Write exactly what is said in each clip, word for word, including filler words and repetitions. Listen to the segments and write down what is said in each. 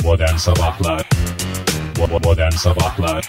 Modern Sabahlar Modern Sabahlar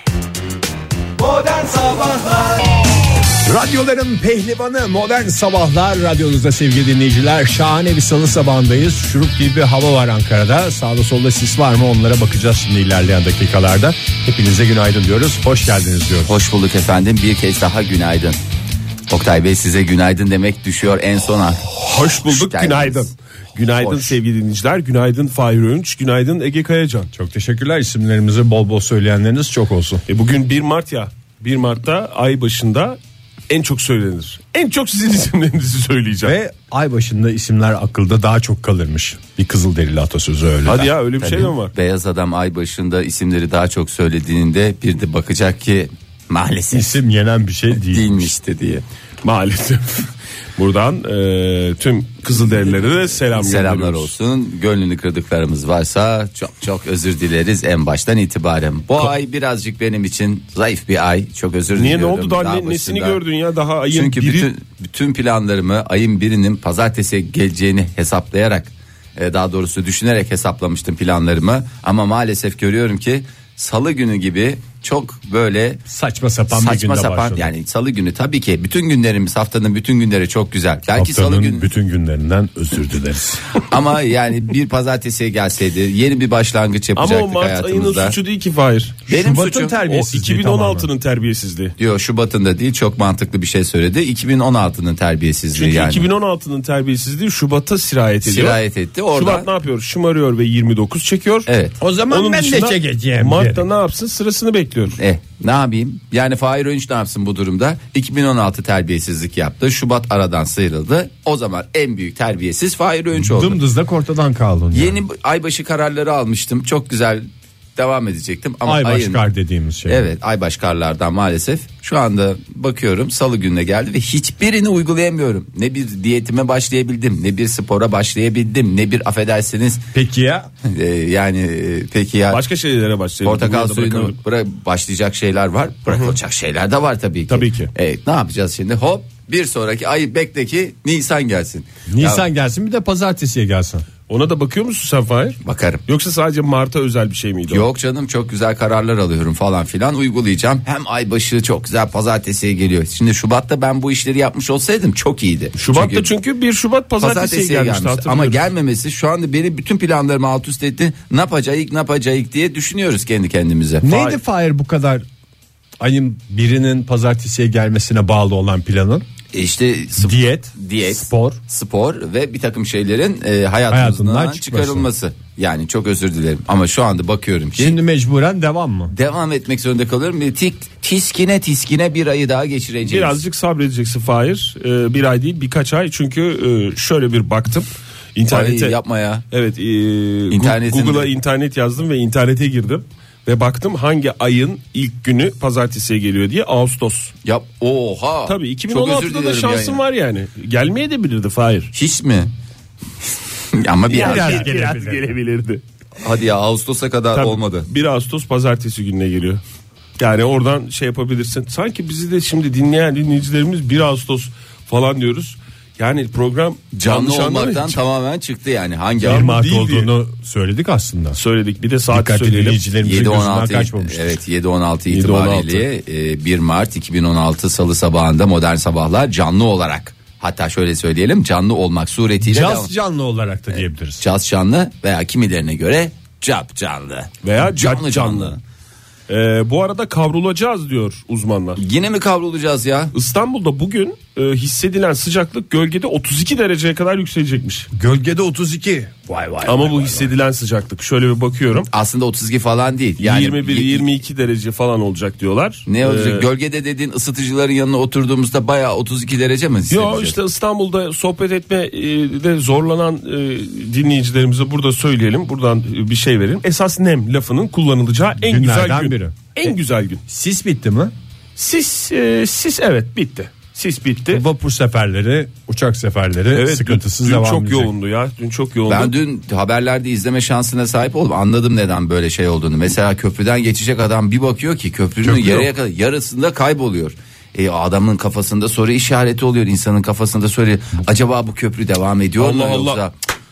Modern Sabahlar Radyoların pehlivanı Modern Sabahlar radyonuzda sevgili dinleyiciler. Şahane bir salı sabahındayız. Şurup gibi bir hava var Ankara'da. Sağda solda sis var mı onlara bakacağız şimdi ilerleyen dakikalarda. Hepinize günaydın diyoruz. Hoş geldiniz diyoruz. Hoş bulduk efendim. Bir kez daha günaydın. Oktay Bey, size günaydın demek düşüyor en sona. Hoş bulduk, Hoş günaydın. Günaydın Hoş. sevgili dinleyiciler. Günaydın Fahir Öğünç. Günaydın Ege Kayacan. Çok teşekkürler, isimlerimizi bol bol söyleyenleriniz çok olsun. E bugün bir Mart ya. bir Mart'ta ay başında en çok söylenir. En çok sizin isimlerinizi söyleyeceğim. Ve ay başında isimler akılda daha çok kalırmış. Bir Kızılderili atasözü öyle. Hadi der. ya, öyle bir şey mi var? Beyaz adam ay başında isimleri daha çok söylediğinde bir de bakacak ki maalesef İsim yenen bir şey değil. değilmişti diye. Maalesef. Buradan e, tüm Kızılderililere de selam Selamlar gönderiyoruz. olsun. Gönlünü kırdıklarımız varsa çok çok özür dileriz en baştan itibaren. Bu ay birazcık benim için zayıf bir ay. Çok özür Niye, diliyorum. ne oldu daha, Daha ne, nesini başında. gördün ya, daha ayın Çünkü biri... bütün bütün planlarımı ayın birinin pazartesiye geleceğini hesaplayarak, e, daha doğrusu düşünerek hesaplamıştım planlarımı. Ama maalesef görüyorum ki salı günü gibi çok böyle Saçma sapan bir saçma günde sapan, başladı. yani salı günü tabii ki bütün günlerimiz, haftanın bütün günleri çok güzel. Belki Haftanın salı günü bütün günlerinden özür dileriz. ama yani bir pazartesiye gelseydi yeni bir başlangıç Ama yapacaktık o Mart ayının hayatımızda. suçu değil ki Fahir. Benim Şubat'ın suçum. O terbiyesizliği iki bin on altı'nın terbiyesizliği. Diyor Şubat'ın da değil, çok mantıklı bir şey söyledi. iki bin on altı'nın terbiyesizliği Çünkü yani. iki bin on altı'nın terbiyesizliği Şubat'a sirayet ediyor. Sirayet etti. Oradan... Şubat ne yapıyor? Şımarıyor ve yirmi dokuz çekiyor. Evet. O zaman Onun ben de dışında çekeceğim. Mart'ta ne yapsın? Sırasını bekliyor. Eh, ne yapayım? Yani Fahir Öğünç ne yapsın bu durumda? iki bin on altı terbiyesizlik yaptı. Şubat aradan sıyrıldı. O zaman en büyük terbiyesiz Fahir Öğünç oldu. Dımdızlak ortadan kaldın. Yani. Yeni aybaşı kararları almıştım. Çok güzel devam edecektim. Ama Ay ayın- başkar dediğimiz şey. Evet, aybaş karlardan maalesef şu anda bakıyorum salı gününe geldi ve hiçbirini uygulayamıyorum. Ne bir diyetime başlayabildim, ne bir spora başlayabildim, ne bir affedersiniz Peki ya? e, yani e, peki ya Başka şeylere başlayalım. portakal Bunu da suyunu bırakalım. bıra- başlayacak şeyler var, bırakılacak şeyler de var tabii ki. Tabii ki. Evet, ne yapacağız şimdi? Hop, bir sonraki ay bekle ki Nisan gelsin. Nisan Ya, gelsin, bir de pazartesiye gelsin. Ona da bakıyor musun sen Fahir? bakarım. Yoksa sadece Mart'a özel bir şey miydi o? Yok canım, çok güzel kararlar alıyorum falan filan, uygulayacağım. Hem aybaşı çok güzel pazartesiye geliyor. Şimdi Şubat'ta ben bu işleri yapmış olsaydım çok iyiydi. Şubat'ta çünkü, çünkü bir Şubat pazartesiye, pazartesiye gelmişti, gelmişti. Ama hatırlıyorum. gelmemesi şu anda benim bütün planlarımı alt üst etti. Ne yapacağız ne yapacağız diye düşünüyoruz kendi kendimize. Neydi Fahir bu kadar ayın birinin pazartesiye gelmesine bağlı olan planın? E İşte sp- Diyet, diyet, spor. spor ve bir takım şeylerin e, hayatımızdan Hayatından çıkarılması. Yani çok özür dilerim ama şu anda bakıyorum ki Şimdi mecburen devam mı? devam etmek zorunda kalıyorum. Ve Tik, tiskine tiskine bir ayı daha geçireceğiz. Birazcık sabredeceksin Fahir. Ee, bir ay değil, birkaç ay. Çünkü e, şöyle bir baktım. İnternete Ay, yapma ya. Evet, e, İnternetin Google'a de- internet yazdım ve internete girdim ve baktım hangi ayın ilk günü pazartesiye geliyor diye. Ağustos. Yap. Oha. Tabii Çok özür iki bin on altıda da dilerim şansın yani. var yani. Gelmeye de bilirdi Fahir. Hiç mi? Ama bir Biraz biraz, gelebilirdi. gelebilirdi. hadi ya, Ağustos'a kadar Tabii, olmadı. bir Ağustos pazartesi gününe geliyor. Yani oradan şey yapabilirsin. Sanki bizi de şimdi dinleyen dinleyicilerimiz bir Ağustos falan diyoruz. Yani program Canlı yanlış olmaktan anlamayın. tamamen çıktı yani. Hangi Canlı bir Mart değil olduğunu söyledik aslında. Söyledik, bir de saat Dikkatli söyleyelim. dinleyicilerimizin yedi on gözünden altı kaçmamıştır. evet yedi on altı yedi on altı itibariyle e, bir Mart iki bin on altı Salı sabahında Modern Sabahlar canlı olarak, hatta şöyle söyleyelim, canlı olmak suretiyle devam- Caz canlı olarak da diyebiliriz. caz canlı veya kimilerine göre cap canlı Veya canlı canlı canlı. Ee, bu arada kavrulacağız diyor uzmanlar. Yine mi kavrulacağız ya? İstanbul'da bugün e, hissedilen sıcaklık gölgede otuz iki dereceye kadar yükselecekmiş. Gölgede otuz iki. Vay vay. Ama vay, bu vay, hissedilen sıcaklık, şöyle bir bakıyorum. Aslında otuz iki falan değil. Yani yirmi bir yirmi iki derece falan olacak diyorlar. Ne olacak? Ee, Gölgede dediğin ısıtıcıların yanına oturduğumuzda bayağı otuz iki derece mi hissedeceğiz? Yo işte İstanbul'da sohbet etme e, de zorlanan e, dinleyicilerimize burada söyleyelim. Buradan e, bir şey verin. Esas nem lafının kullanılacağı en güzel Günlerden gün. biri. En güzel gün. Sis bitti mi? Sis e, sis evet bitti. Sis bitti. Vapur seferleri, uçak seferleri Evet, sıkıntısız dün, dün devam çok edecek. yoğundu ya. Dün çok yoğundu. Ben dün haberlerde izleme şansına sahip oldum. Anladım neden böyle şey olduğunu. Mesela köprüden geçecek adam bir bakıyor ki köprünün Köprü yarıya yok. kadar, yarısında kayboluyor. E, adamın kafasında soru işareti oluyor, insanın kafasında soru. Acaba bu köprü devam ediyor mu Allah Allah. yoksa?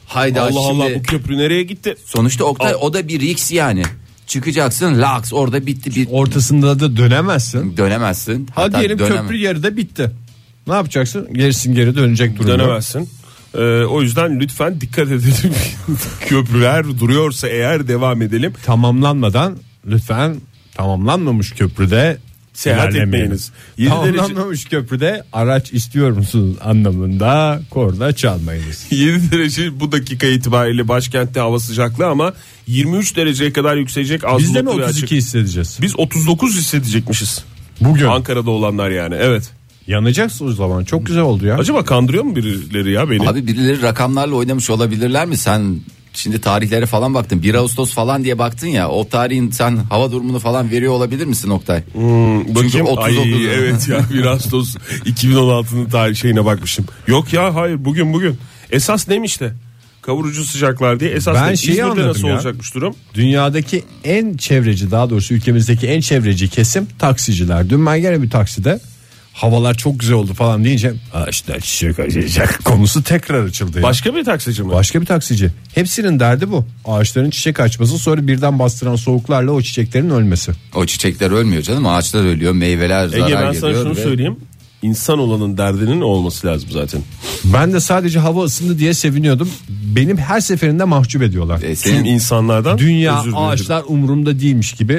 Hayda Allah şimdi. Allah, bu köprü nereye gitti? Sonuçta Oktay, o da bir risk yani. Çıkacaksın, laks orada bitti. Bir... Ortasında da dönemezsin. Dönemezsin. Hadi Hatta diyelim dönem- köprü yarıda bitti. Ne yapacaksın? Gerisin geri dönecek durumda. Dönemezsin. Ee, o yüzden lütfen dikkat edelim. Köprüler duruyorsa eğer devam edelim. Tamamlanmadan lütfen tamamlanmamış köprüde Seyahat ilerlemeyin. etmeyiniz. yedi Tamamlanmamış köprüde araç istiyor musunuz anlamında korna çalmayınız. yedi derece bu dakika itibariyle başkentte hava sıcaklığı ama yirmi üç dereceye kadar yükselecek. Az Biz de mi bulutlu ve otuz iki açık. hissedeceğiz? Biz otuz dokuz hissedecekmişiz. Bugün. Ankara'da olanlar yani, evet. Yanacaksın o zaman, çok güzel oldu ya. Acaba kandırıyor mu birileri ya beni? Abi birileri rakamlarla oynamış olabilirler mi? Sen şimdi tarihlere falan baktın. bir Ağustos falan diye baktın ya. O tarihin sen hava durumunu falan veriyor olabilir misin Oktay? Hmm, bakayım. otuz dokuz. Ay, evet ya, bir Ağustos iki bin on altının tarih şeyine bakmışım. Yok ya, hayır, bugün bugün. Esas neymiş de? Kavurucu sıcaklar diye. Esas Ben ne? şeyi İzmir'de anladım nasıl ya. olacakmış durum? Dünyadaki en çevreci, daha doğrusu ülkemizdeki en çevreci kesim taksiciler. Dün ben gene bir takside havalar çok güzel oldu falan deyince işte çiçek açacak konusu tekrar açıldı. Ya. Başka bir taksici mi? Başka bir taksici. Hepsinin derdi bu. Ağaçların çiçek açması, sonra birden bastıran soğuklarla o çiçeklerin ölmesi. O çiçekler ölmüyor canım. Ağaçlar ölüyor. Meyveler zarar Ege, ben geliyor. sana şunu ve- söyleyeyim. İnsan olanın derdinin olması lazım zaten. Ben de sadece hava ısındı diye seviniyordum. Benim her seferinde mahcup ediyorlar. E, Tüm senin insanlardan Dünya, özür dilerim. ağaçlar umurumda değilmiş gibi.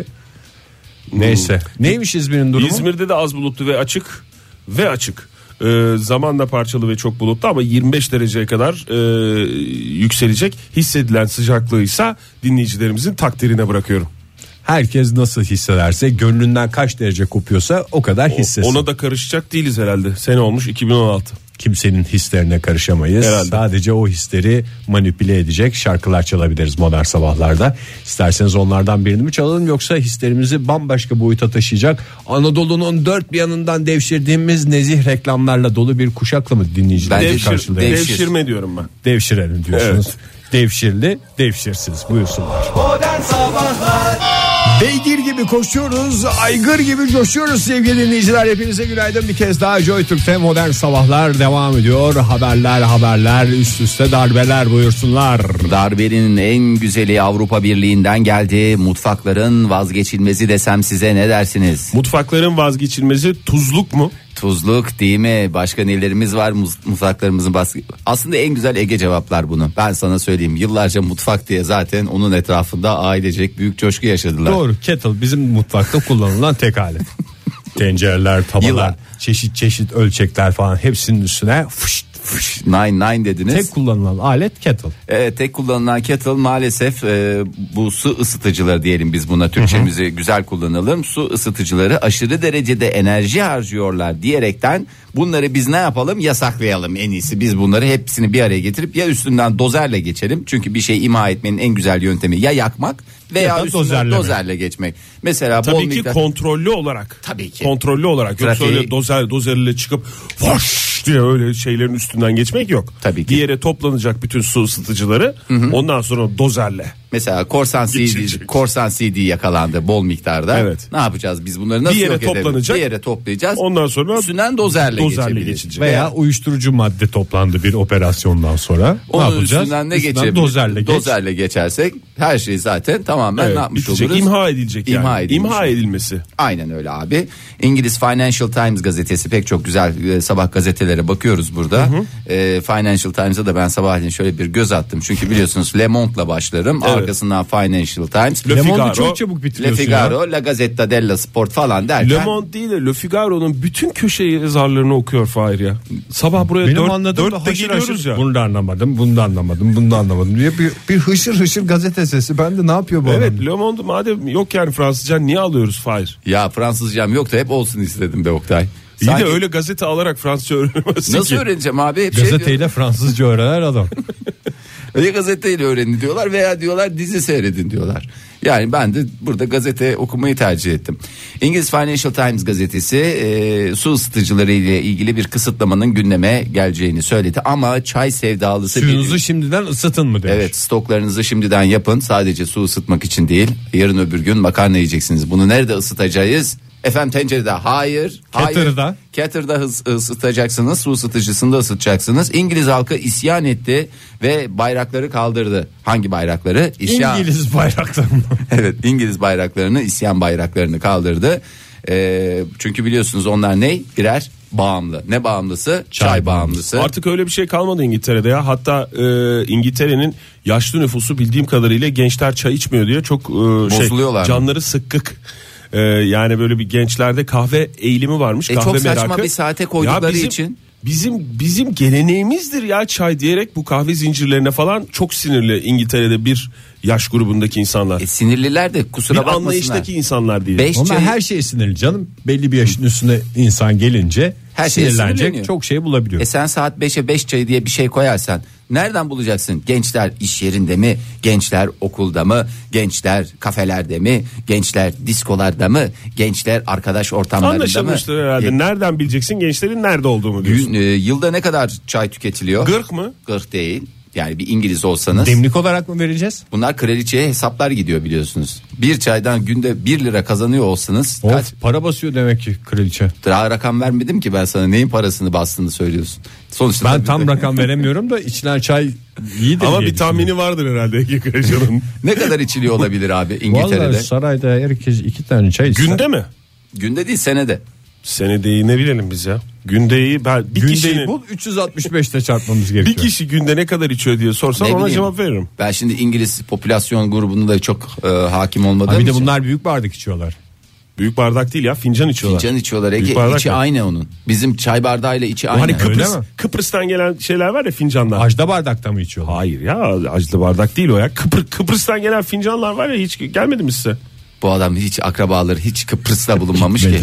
Neyse. Neymiş İzmir'in durumu? İzmir'de de az bulutlu ve açık ve açık. Ee, zamanla parçalı ve çok bulutlu ama yirmi beş dereceye kadar e, yükselecek. Hissedilen sıcaklığı ise dinleyicilerimizin takdirine bırakıyorum. Herkes nasıl hissederse, gönlünden kaç derece kopuyorsa o kadar O- hissetsin. Ona da karışacak değiliz herhalde. Sene olmuş iki bin on altı. Kimsenin hislerine karışamayız. Herhalde. Sadece o hisleri manipüle edecek şarkılar çalabiliriz modern sabahlarda. İsterseniz onlardan birini mi çalalım, yoksa hislerimizi bambaşka boyuta taşıyacak Anadolu'nun dört bir yanından devşirdiğimiz nezih reklamlarla dolu bir kuşakla mı dinleyicileri Bence Devşir, karşılayalım? devşir. devşirme diyorum ben. Devşirelim diyorsunuz. Evet. Devşirli, devşirsiz, buyursunlar. Modern Sabahlar Beygir gibi koşuyoruz, aygır gibi coşuyoruz sevgili dinleyiciler. Hepinize günaydın bir kez daha. Joy Türk'te modern sabahlar devam ediyor. Haberler haberler, üst üste darbeler, buyursunlar. Darbenin en güzeli Avrupa Birliği'nden geldi. Mutfakların vazgeçilmezi desem size ne dersiniz? Mutfakların vazgeçilmezi tuzluk mu? Tuzluk değil mi? Başka nelerimiz var Muz- mutfaklarımızın baskı. Aslında en güzel Ege cevaplar bunu. Ben sana söyleyeyim. Yıllarca mutfak diye zaten onun etrafında ailecek büyük coşku yaşadılar. Doğru, kettle bizim mutfakta kullanılan tek alet. Tencereler, tavalar, Yılan. çeşit çeşit ölçekler falan, hepsinin üstüne fışt fışt. Nine nine dediniz. Tek kullanılan alet kettle. Evet, tek kullanılan kettle maalesef e, bu su ısıtıcıları diyelim biz buna, Türkçemizi güzel kullanalım. Su ısıtıcıları aşırı derecede enerji harcıyorlar diyerekten bunları biz ne yapalım, yasaklayalım en iyisi. Biz bunları hepsini bir araya getirip ya üstünden dozerle geçelim. Çünkü bir şey imha etmenin en güzel yöntemi ya yakmak veya Ya da üstünden dozerleme. dozerle geçmek. Mesela bol Tabii ki miktar... kontrollü olarak. Tabii ki. Kontrollü olarak. Yoksa Trafiği- öyle dozer dozerle çıkıp hoş diye öyle şeylerin üstünden geçmek yok. Tabii ki. Bir yere toplanacak bütün su ısıtıcıları, ondan sonra dozerle. Mesela korsan C D, Geçirecek. korsan C D yakalandı bol miktarda. Evet. Ne yapacağız biz bunları, nasıl Bir yere yok edebiliriz? toplanacak. Bir yere toplayacağız. Ondan sonra üstünden dozerle, dozerle geçebiliriz. geçilecek. Veya uyuşturucu madde toplandı bir operasyondan sonra. Ne Onun yapacağız? üstünden ne Üstünden geçebiliriz? dozerle geç. Dozerle geçersek her şey zaten tamamen Evet, ne yapmış bitecek, oluruz? imha edilecek yani. İmha edilmiş. İmha edilmesi. Aynen öyle abi. İngiliz Financial Times gazetesi, pek çok güzel e, sabah gazetelere bakıyoruz burada. E, Financial Times'a da ben sabahleyin şöyle bir göz attım. Çünkü biliyorsunuz Le Monde'la başlarım. Evet. Arkasından Financial Times. Le Le Monde'u Figaro. çok çabuk Le bitiriyorsun Figaro, ya. La Gazzetta dello Sport falan derken. Le Monde değil de Le Figaro'nun bütün köşe yazarlarını okuyor Fahir ya. Sabah buraya Benim dört, anladığım da dörtte haşır geliyoruz haşır, ya. bunu da anlamadım, bunu da anlamadım, bunu da anlamadım diye bir, bir hışır hışır gazete sesi. Ben de ne yapıyor bu Evet, adam? Le Monde madem yok yani Fransızca niye alıyoruz Fahir? Ya Fransızcam yok da hep olsun istedim be Oktay. İyi Sanki- de öyle gazete alarak Fransızca öğrenemezsin Nasıl ki. öğreneceğim abi? Hep şey Gazeteyle diyor- Fransızca öğrenen adam. Ya gazeteyle öğrenin diyorlar veya diyorlar dizi seyredin diyorlar. Yani ben de burada gazete okumayı tercih ettim. İngiliz Financial Times gazetesi e, su ısıtıcıları ile ilgili bir kısıtlamanın gündeme geleceğini söyledi. Ama çay sevdalısı Suyunuzu bir... şimdiden ısıtın mı demiş. Evet, stoklarınızı şimdiden yapın, sadece su ısıtmak için değil. Yarın öbür gün makarna yiyeceksiniz. Bunu nerede ısıtacağız? Efendim tencerede hayır. Kettle'da. Hayır. Kettle'da hız, ısıtacaksınız. Su ısıtıcısında ısıtacaksınız. İngiliz halkı isyan etti ve bayrakları kaldırdı. Hangi bayrakları? İsyan. İngiliz bayraklarını. Evet, İngiliz bayraklarını, isyan bayraklarını kaldırdı. Ee, çünkü biliyorsunuz onlar ne? Birer bağımlı. Ne bağımlısı? Çay, Çay bağımlısı. Artık öyle bir şey kalmadı İngiltere'de ya. Hatta e, İngiltere'nin yaşlı nüfusu bildiğim kadarıyla gençler çay içmiyor diye çok e, şey canları sıkkık. E, yani böyle bir gençlerde kahve eğilimi varmış. E kahve çok saçma merakı. bir saate koydukları bizim, için. Bizim bizim geleneğimizdir ya çay diyerek bu kahve zincirlerine falan çok sinirli İngiltere'de bir yaş grubundaki insanlar. E, sinirliler de kusura bir bakmasınlar. anlayıştaki insanlar değil. Onlar çay... her şey sinirli canım. Belli bir yaşın üstüne insan gelince her şey sinirlenecek, çok şey bulabiliyor. E sen saat beşe beş çayı diye bir şey koyarsan nereden bulacaksın? Gençler iş yerinde mi? Gençler okulda mı? Gençler kafelerde mi? Gençler diskolarda mı? Gençler arkadaş ortamlarında mı? Anlaşılmıştır herhalde. E, nereden bileceksin gençlerin nerede olduğunu diyorsun. Gün, e, yılda ne kadar çay tüketiliyor? Gırk mı? Gırk değil. Yani bir İngiliz olsanız. Demlik olarak mı vereceğiz? Bunlar kraliçeye hesaplar gidiyor biliyorsunuz. Bir çaydan günde bir lira kazanıyor olsanız. Of, kaç... para basıyor demek ki kraliçe. Daha rakam vermedim ki ben sana, neyin parasını bastığını söylüyorsun. Sonuçta ben tam de... rakam veremiyorum da içilen çay iyidir. Ama bir tahmini vardır herhalde Ege Kayacan'ın. Ne kadar içiliyor olabilir abi İngiltere'de? Vallahi sarayda herkes iki tane çay içer. Günde mi? Günde değil, senede. Senedeyi ne bilelim biz ya. Gündeyi ben bir Gündeyi kişinin bul üç yüz altmış beşte çarpmamız gerekiyor. Bir kişi günde ne kadar içiyor diye sorsan ona cevap veririm. Ben şimdi İngiliz popülasyon grubunu da çok e, hakim olmadığım ha, bir de için. bunlar büyük bardak içiyorlar. Büyük bardak değil ya, fincan içiyorlar. Fincan içiyorlar Ege, içi mı? Aynı onun. Bizim çay bardağıyla içi aynı. Hani Kıbrıs, Kıbrıs'tan gelen şeyler var ya, fincanlar. Ajda bardakta mı içiyorlar? Hayır ya, ajda bardak değil o ya. Kıbr Kıbrıs'tan gelen fincanlar var ya, hiç gelmedi mi size? Bu adam hiç akrabaları hiç Kıbrıs'ta bulunmamış ki.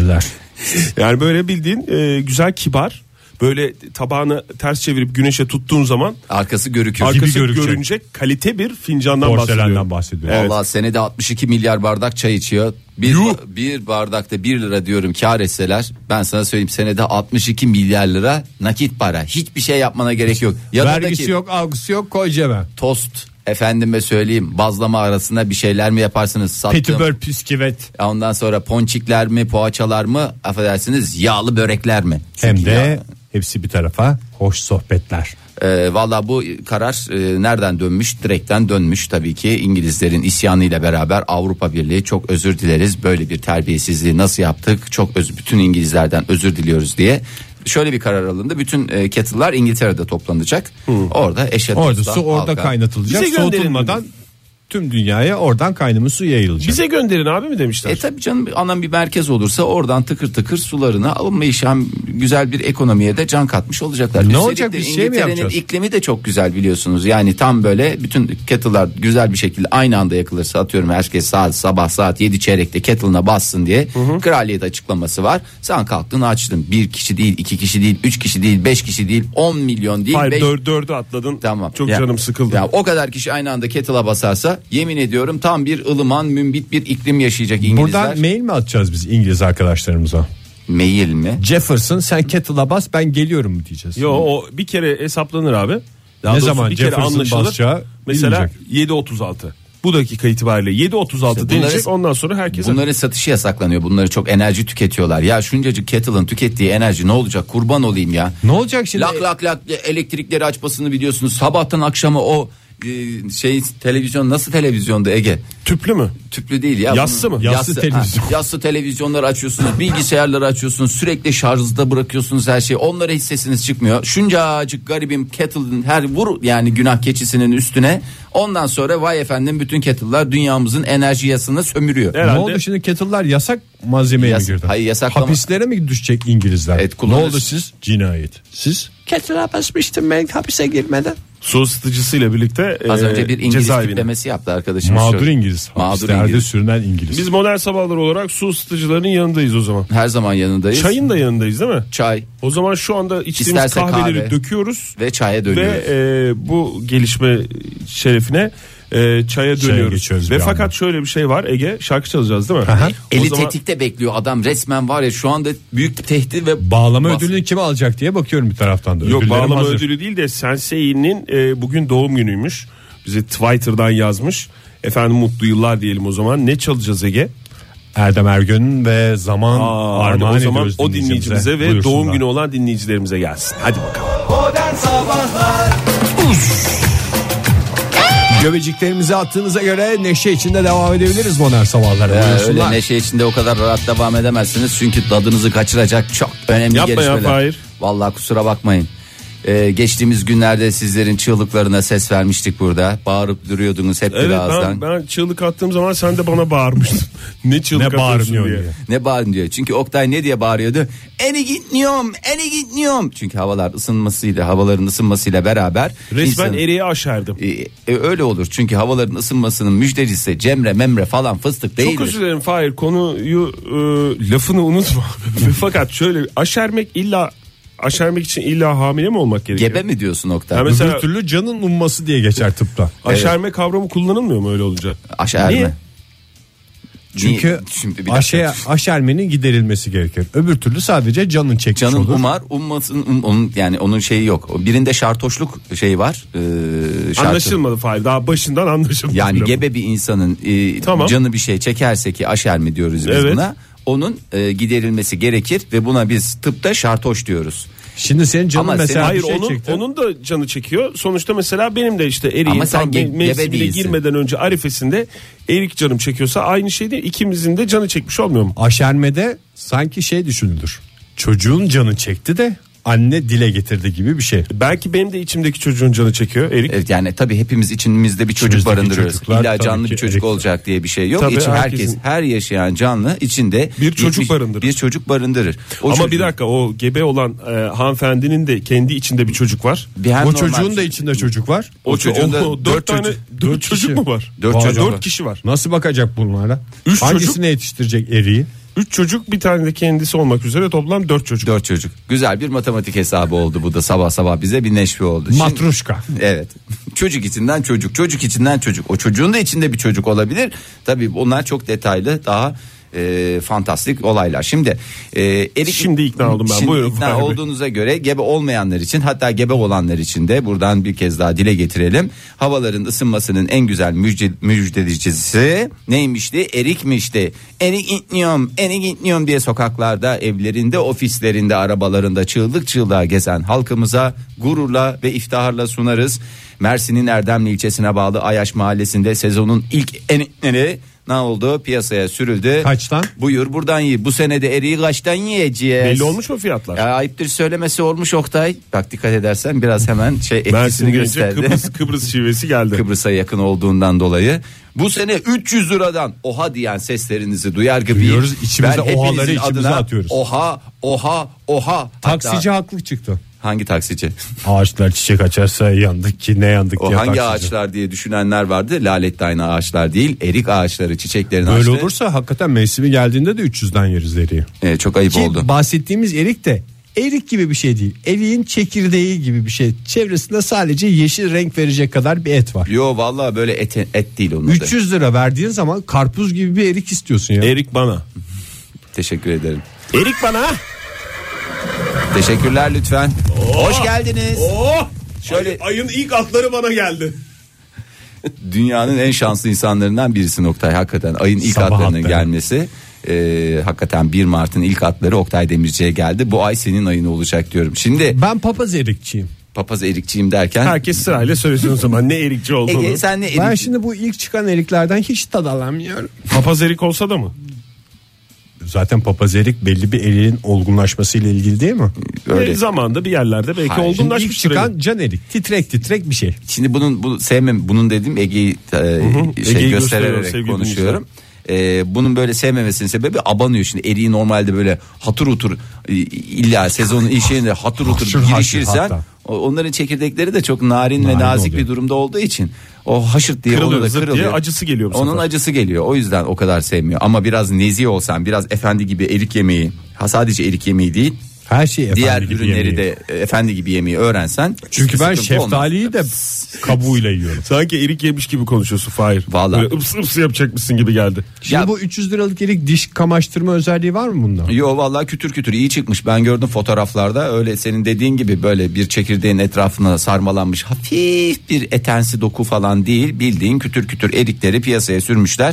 Yani böyle bildiğin e, güzel kibar, böyle tabağını ters çevirip güneşe tuttuğun zaman arkası görüküyor. Arkası görünecek kalite bir fincandan bahsediyor. bahsediyor. Evet. Vallahi senede altmış iki milyar bardak çay içiyor. Bir, bir bardakta bir lira diyorum kar etseler, ben sana söyleyeyim, senede altmış iki milyar lira nakit para. Hiçbir şey yapmana gerek yok. Vergisi yok, algısı yok, koy cebe. Tost, efendime söyleyeyim, bazlama arasında bir şeyler mi yaparsınız? Sattım. Petibör, püsküvet. Ondan sonra ponçikler mi, poğaçalar mı, affedersiniz yağlı börekler mi? Hem Çünkü de ya... hepsi bir tarafa hoş sohbetler. Ee, Valla bu karar e, nereden dönmüş? Direkten dönmüş tabii ki. İngilizlerin isyanıyla beraber Avrupa Birliği çok özür dileriz. Böyle bir terbiyesizliği nasıl yaptık? Çok özür, bütün İngilizlerden özür diliyoruz diye. Şöyle bir karar alındı. Bütün e, kettle'lar İngiltere'de toplanacak. Hmm. Orada eşe orada su orada halka kaynatılacak. Soğutulmadan tüm dünyaya oradan kaynamış su yayılacak. Bize gönderin abi mi demişler? E tabii canım, anam bir merkez olursa oradan tıkır tıkır sularını alınma işlem, güzel bir ekonomiye de can katmış olacaklar. Ne Üstelik olacak, bir şey mi yapacağız? İklimi de çok güzel biliyorsunuz. Yani tam böyle bütün kettle'lar güzel bir şekilde aynı anda yakılırsa, atıyorum herkes saat sabah saat yedi çeyrekte kettle'ına bassın diye hı hı. kraliyet açıklaması var. Sen kalktın açtın. Bir kişi değil, iki kişi değil, üç kişi değil, beş kişi değil, on milyon değil. Hayır, beş... dör, dördü atladın. Tamam. Çok ya, canım sıkıldı. Ya, o kadar kişi aynı anda kettle'a basarsa yemin ediyorum tam bir ılıman mümbit bir iklim yaşayacak İngilizler. Buradan mail mi atacağız biz İngiliz arkadaşlarımıza? Mail mi? Jefferson sen kettle'a bas, ben geliyorum mu diyeceğiz? Yo, o bir kere hesaplanır abi. Daha ne zaman bir kere Jefferson basacağı mesela yedi otuz altı. Bu dakika itibariyle yedi otuz altı işte denecek, ondan sonra herkese. Bunların satışı yasaklanıyor. Bunları çok enerji tüketiyorlar. Ya şuncacık kettle'ın tükettiği enerji ne olacak? Kurban olayım ya. Ne olacak şimdi? Lak lak lak elektrikleri açmasını biliyorsunuz. Sabahtan akşama o şey televizyon, nasıl televizyonda Ege? Tüplü mü? Tüplü değil ya. Yassı mı? Yassı, yassı televizyon. Ha, yassı televizyonları açıyorsunuz, bilgisayarları açıyorsunuz, sürekli şarjda bırakıyorsunuz her şeyi. Onlara hiç sesiniz çıkmıyor. Şuncacık garibim kettle'ın her vur yani günah keçisinin üstüne. Ondan sonra vay efendim bütün kettle'lar dünyamızın enerji yasını sömürüyor. Herhalde. Ne oldu şimdi, kettle'lar yasak malzemeye Yas- mi girdi? Hayır, yasaklama. Hapislere mi düşecek İngilizler? Evet, ne oldu siz? Cinayet. Siz? Kettle'a basmıştım ben hapise girmeden. Su ısıtıcısıyla birlikte az e, önce bir İngiliz tiplemesi yaptı arkadaşımız. Mağdur şöyle. İngiliz. Mağdur Hapislerde İngiliz. sürünen İngiliz. Biz modern sabahlar olarak su ısıtıcılarının yanındayız o zaman. Her zaman yanındayız. Çayın da yanındayız değil mi? Çay. O zaman şu anda içtiğimiz İsterse kahveleri kahve. döküyoruz. Ve çaya dönüyoruz. Ve e, bu gelişme şerefine e, çaya dönüyoruz. Ve fakat anda. şöyle bir şey var Ege, şarkı çalacağız değil mi? Aha. Eli zaman... tetikte bekliyor adam resmen, var ya şu anda büyük bir tehdit ve bağlama bas- ödülünü kim alacak diye bakıyorum bir taraftan da. Yok, Ödüllerim bağlama hazır. ödülü değil de Sensei'nin e, bugün doğum günüymüş. Bize Twitter'dan yazmış. Efendim mutlu yıllar diyelim o zaman. Ne çalacağız Ege? Erdem Ergün ve zaman Aa, hadi armağan o zaman ediyoruz o dinleyicimize ve Buyursunlar. doğum günü olan dinleyicilerimize gelsin. Hadi bakalım. Modern Sabahlar Göbeciklerimizi attığınıza göre neşe içinde devam edebiliriz modern sabahlara. Ee, Buyursunlar. öyle neşe içinde o kadar rahat devam edemezsiniz. Çünkü tadınızı kaçıracak çok önemli Yapma ya, gelişmeler. Fahir. Vallahi kusura bakmayın. Ee, geçtiğimiz günlerde sizlerin çığlıklarına ses vermiştik burada. Bağırıp duruyordunuz hep Evet, birazdan. ben, ben çığlık attığım zaman sen de bana bağırmıştın. Ne çığlık Ne atıyorsun bağırmıyor diye. diye. Ne bağırın diyor. Çünkü Oktay ne diye bağırıyordu? Eni gitmiyorum, eni gitmiyorum. Çünkü havalar ısınmasıyla, havaların ısınmasıyla beraber. Resmen insan- eriğe aşerdim. E, e, öyle olur. Çünkü havaların ısınmasının müjdecisi Cemre Memre falan fıstık değildir. Çok özür dilerim Fahir, konuyu e, lafını unutma. Fakat şöyle, aşermek illa aşermek için illa hamile mi olmak gerekiyor? Gebe mi diyorsun Oktay? Ha, mesela- Öbür türlü canın umması diye geçer tıpta. Aşerme kavramı kullanılmıyor mu öyle olunca? Aşerme. Niye? Çünkü Niye? Şimdi bir dakika. aşe, aşermenin giderilmesi gerekir. Öbür türlü sadece canın çekmiş Canın olur. umar ummasın um, onun yani onun şeyi yok. O birinde şartoşluk şeyi var. Ee, şartı- Anlaşılmadı Fahir, daha başından anlaşılmadı. Yani bile bu. gebe bir insanın e, Tamam. canı bir şey çekerse ki aşerme diyoruz biz Evet. buna. Onun e, giderilmesi gerekir ve buna biz tıpta şartoş diyoruz. Şimdi senin canın Ama mesela Hayır, bir şey onun çekti. onun da canı çekiyor. Sonuçta mesela benim de işte eriğin Ama sen tam ge- me- mevsimine gebe değilsin. girmeden önce arifesinde erik canım çekiyorsa aynı şey değil. İkimizin de canı çekmiş olmuyor mu? Aşermede sanki şey düşünülür. Çocuğun canı çekti de anne dile getirdi gibi bir şey. Belki benim de içimdeki çocuğun canı çekiyor Erik. Evet, yani tabii hepimiz içimizde bir çocuk İçimizdeki barındırıyoruz. çocuklar İlla tabii canlı ki bir çocuk erikler. olacak diye bir şey yok. Tabii İçin, herkesin- herkes her yaşayan canlı içinde Bir çocuk yetmiş barındırır. Bir çocuk barındırır. O Ama çocuğun- bir dakika, o gebe olan e, hanımefendinin de kendi içinde bir çocuk var. bir hem O normal- çocuğun da içinde çocuk var. o çocuğun da o, dört dört tane çocuk- dört dört çocuk kişi. mu var? Dört Vay, çocuk dört var. kişi var. Nasıl bakacak bunlara? Üç Hangisine çocuk. yetiştirecek eriği? Üç çocuk, bir tane de kendisi olmak üzere toplam dört çocuk. Dört çocuk. Güzel bir matematik hesabı oldu bu da sabah sabah bize bir neşve oldu. Şimdi- Matruşka. Evet. Çocuk içinden çocuk, çocuk içinden çocuk. O çocuğun da içinde bir çocuk olabilir. Tabii onlar çok detaylı, daha e, fantastik olaylar. Şimdi e, Erik, Şimdi ikna oldum ben. Şimdi Buyurun ikna Fahri Bey. olduğunuza göre gebe olmayanlar için, hatta gebe olanlar için de buradan bir kez daha dile getirelim. Havaların ısınmasının en güzel müjde, müjdelicisi neymişti? Erikmişti. Erik gitmiyorum, erik gitmiyorum diye sokaklarda, evlerinde, ofislerinde, arabalarında çığlık çığlığa gezen halkımıza gururla ve iftiharla sunarız. Mersin'in Erdemli ilçesine bağlı Ayaş mahallesinde sezonun ilk erikleri ne oldu? Piyasaya sürüldü. Kaçtan? Buyur buradan ye. Bu sene de eriği kaçtan yiyeceğiz? Belli olmuş mu fiyatlar? Ya, ayıptır söylemesi olmuş Oktay. Bak dikkat edersen biraz hemen şey etkisini Mersin'i gelince gösterdi. Kıbrıs, Kıbrıs şivesi geldi. Kıbrıs'a yakın olduğundan dolayı. Bu sene üç yüz liradan oha diyen seslerinizi duyar gibi. Duyuyoruz, içimize Ben ohaları hepinizin içimize adına atıyoruz. Oha, oha, oha. Taksici Hatta, haklı çıktı. hangi taksici? Ağaçlar çiçek açarsa yandık ki ne yandık O diye hangi taksici. ağaçlar diye düşünenler vardı. Lalet aynı ağaçlar değil. Erik ağaçları çiçeklerin Böyle açtı. olursa hakikaten mevsimi geldiğinde de üç yüzden yeriz eriği. Ee, çok ayıp Ki oldu. bahsettiğimiz erik de erik gibi bir şey değil. Eriğin çekirdeği gibi bir şey. Çevresinde sadece yeşil renk verecek kadar bir et var. Yo vallahi böyle et, et değil onun adı. üç yüz lira verdiğin zaman karpuz gibi bir erik istiyorsun ya. Erik bana. Teşekkür ederim. Erik bana. Teşekkürler lütfen. Hoş geldiniz. Oh! Şöyle- Ay- ayın ilk atları bana geldi. Dünyanın en şanslı insanlarından birisi Oktay. Hakikaten ayın ilk Sabah atlarının atları. gelmesi. E, hakikaten bir Mart'ın ilk atları Oktay Demirci'ye geldi. Bu ay senin ayın olacak diyorum. Şimdi Ben papaz erikçiyim. papaz erikçiyim derken. Herkes sırayla söylesin o zaman ne erikçi olduğunu. Ege sen ne erik? Ben şimdi bu ilk çıkan eriklerden hiç tad alamıyorum. Papaz erik olsa da mı? Zaten papaz erik belli bir eriğin olgunlaşmasıyla ilgili değil mi? Öyle. Bir zamanda bir yerlerde belki Hayır, Şimdi ilk olgunlaşmıştır. çıkan can erik. Titrek titrek bir şey. Şimdi bunun bu sevmem bunun dediğim Ege'yi e, şey Ege'yi gösteriyorum göstererek sevgili konuşuyorum. E, bunun böyle sevmemesinin sebebi abanıyor. Şimdi eriği normalde böyle hatır hutur e, illa sezonun ilk şeyinde hatır hutur Haşır haşır girişirsen hatta. o- onların çekirdekleri de çok narin, ve Narin nazik oluyor. bir durumda olduğu için o haşırt diye Kırılıyor, onu da zırt diye kırılıyor. acısı geliyor bu Onun sefer. acısı geliyor. O yüzden o kadar sevmiyor. Ama biraz nezih olsan, biraz efendi gibi erik yemeği, ha sadece erik yemeği değil, Her şey efendi diğer gibi ürünleri yemeği. de e, efendi gibi yemeği öğrensen. Çünkü ben sıkıntı olmaz. şeftaliyi de kabuğuyla yiyorum. Sanki erik yemiş gibi konuşuyorsun Fahir. Vallahi. Böyle ıps ıps yapacakmışsın gibi geldi. Şimdi Ya- bu üç yüz liralık erik diş kamaştırma özelliği var mı bunda? Yo vallahi kütür kütür iyi çıkmış. Ben gördüm fotoğraflarda, öyle senin dediğin gibi böyle bir çekirdeğin etrafına sarmalanmış hafif bir etensi doku falan değil. Bildiğin kütür kütür erikleri piyasaya sürmüşler.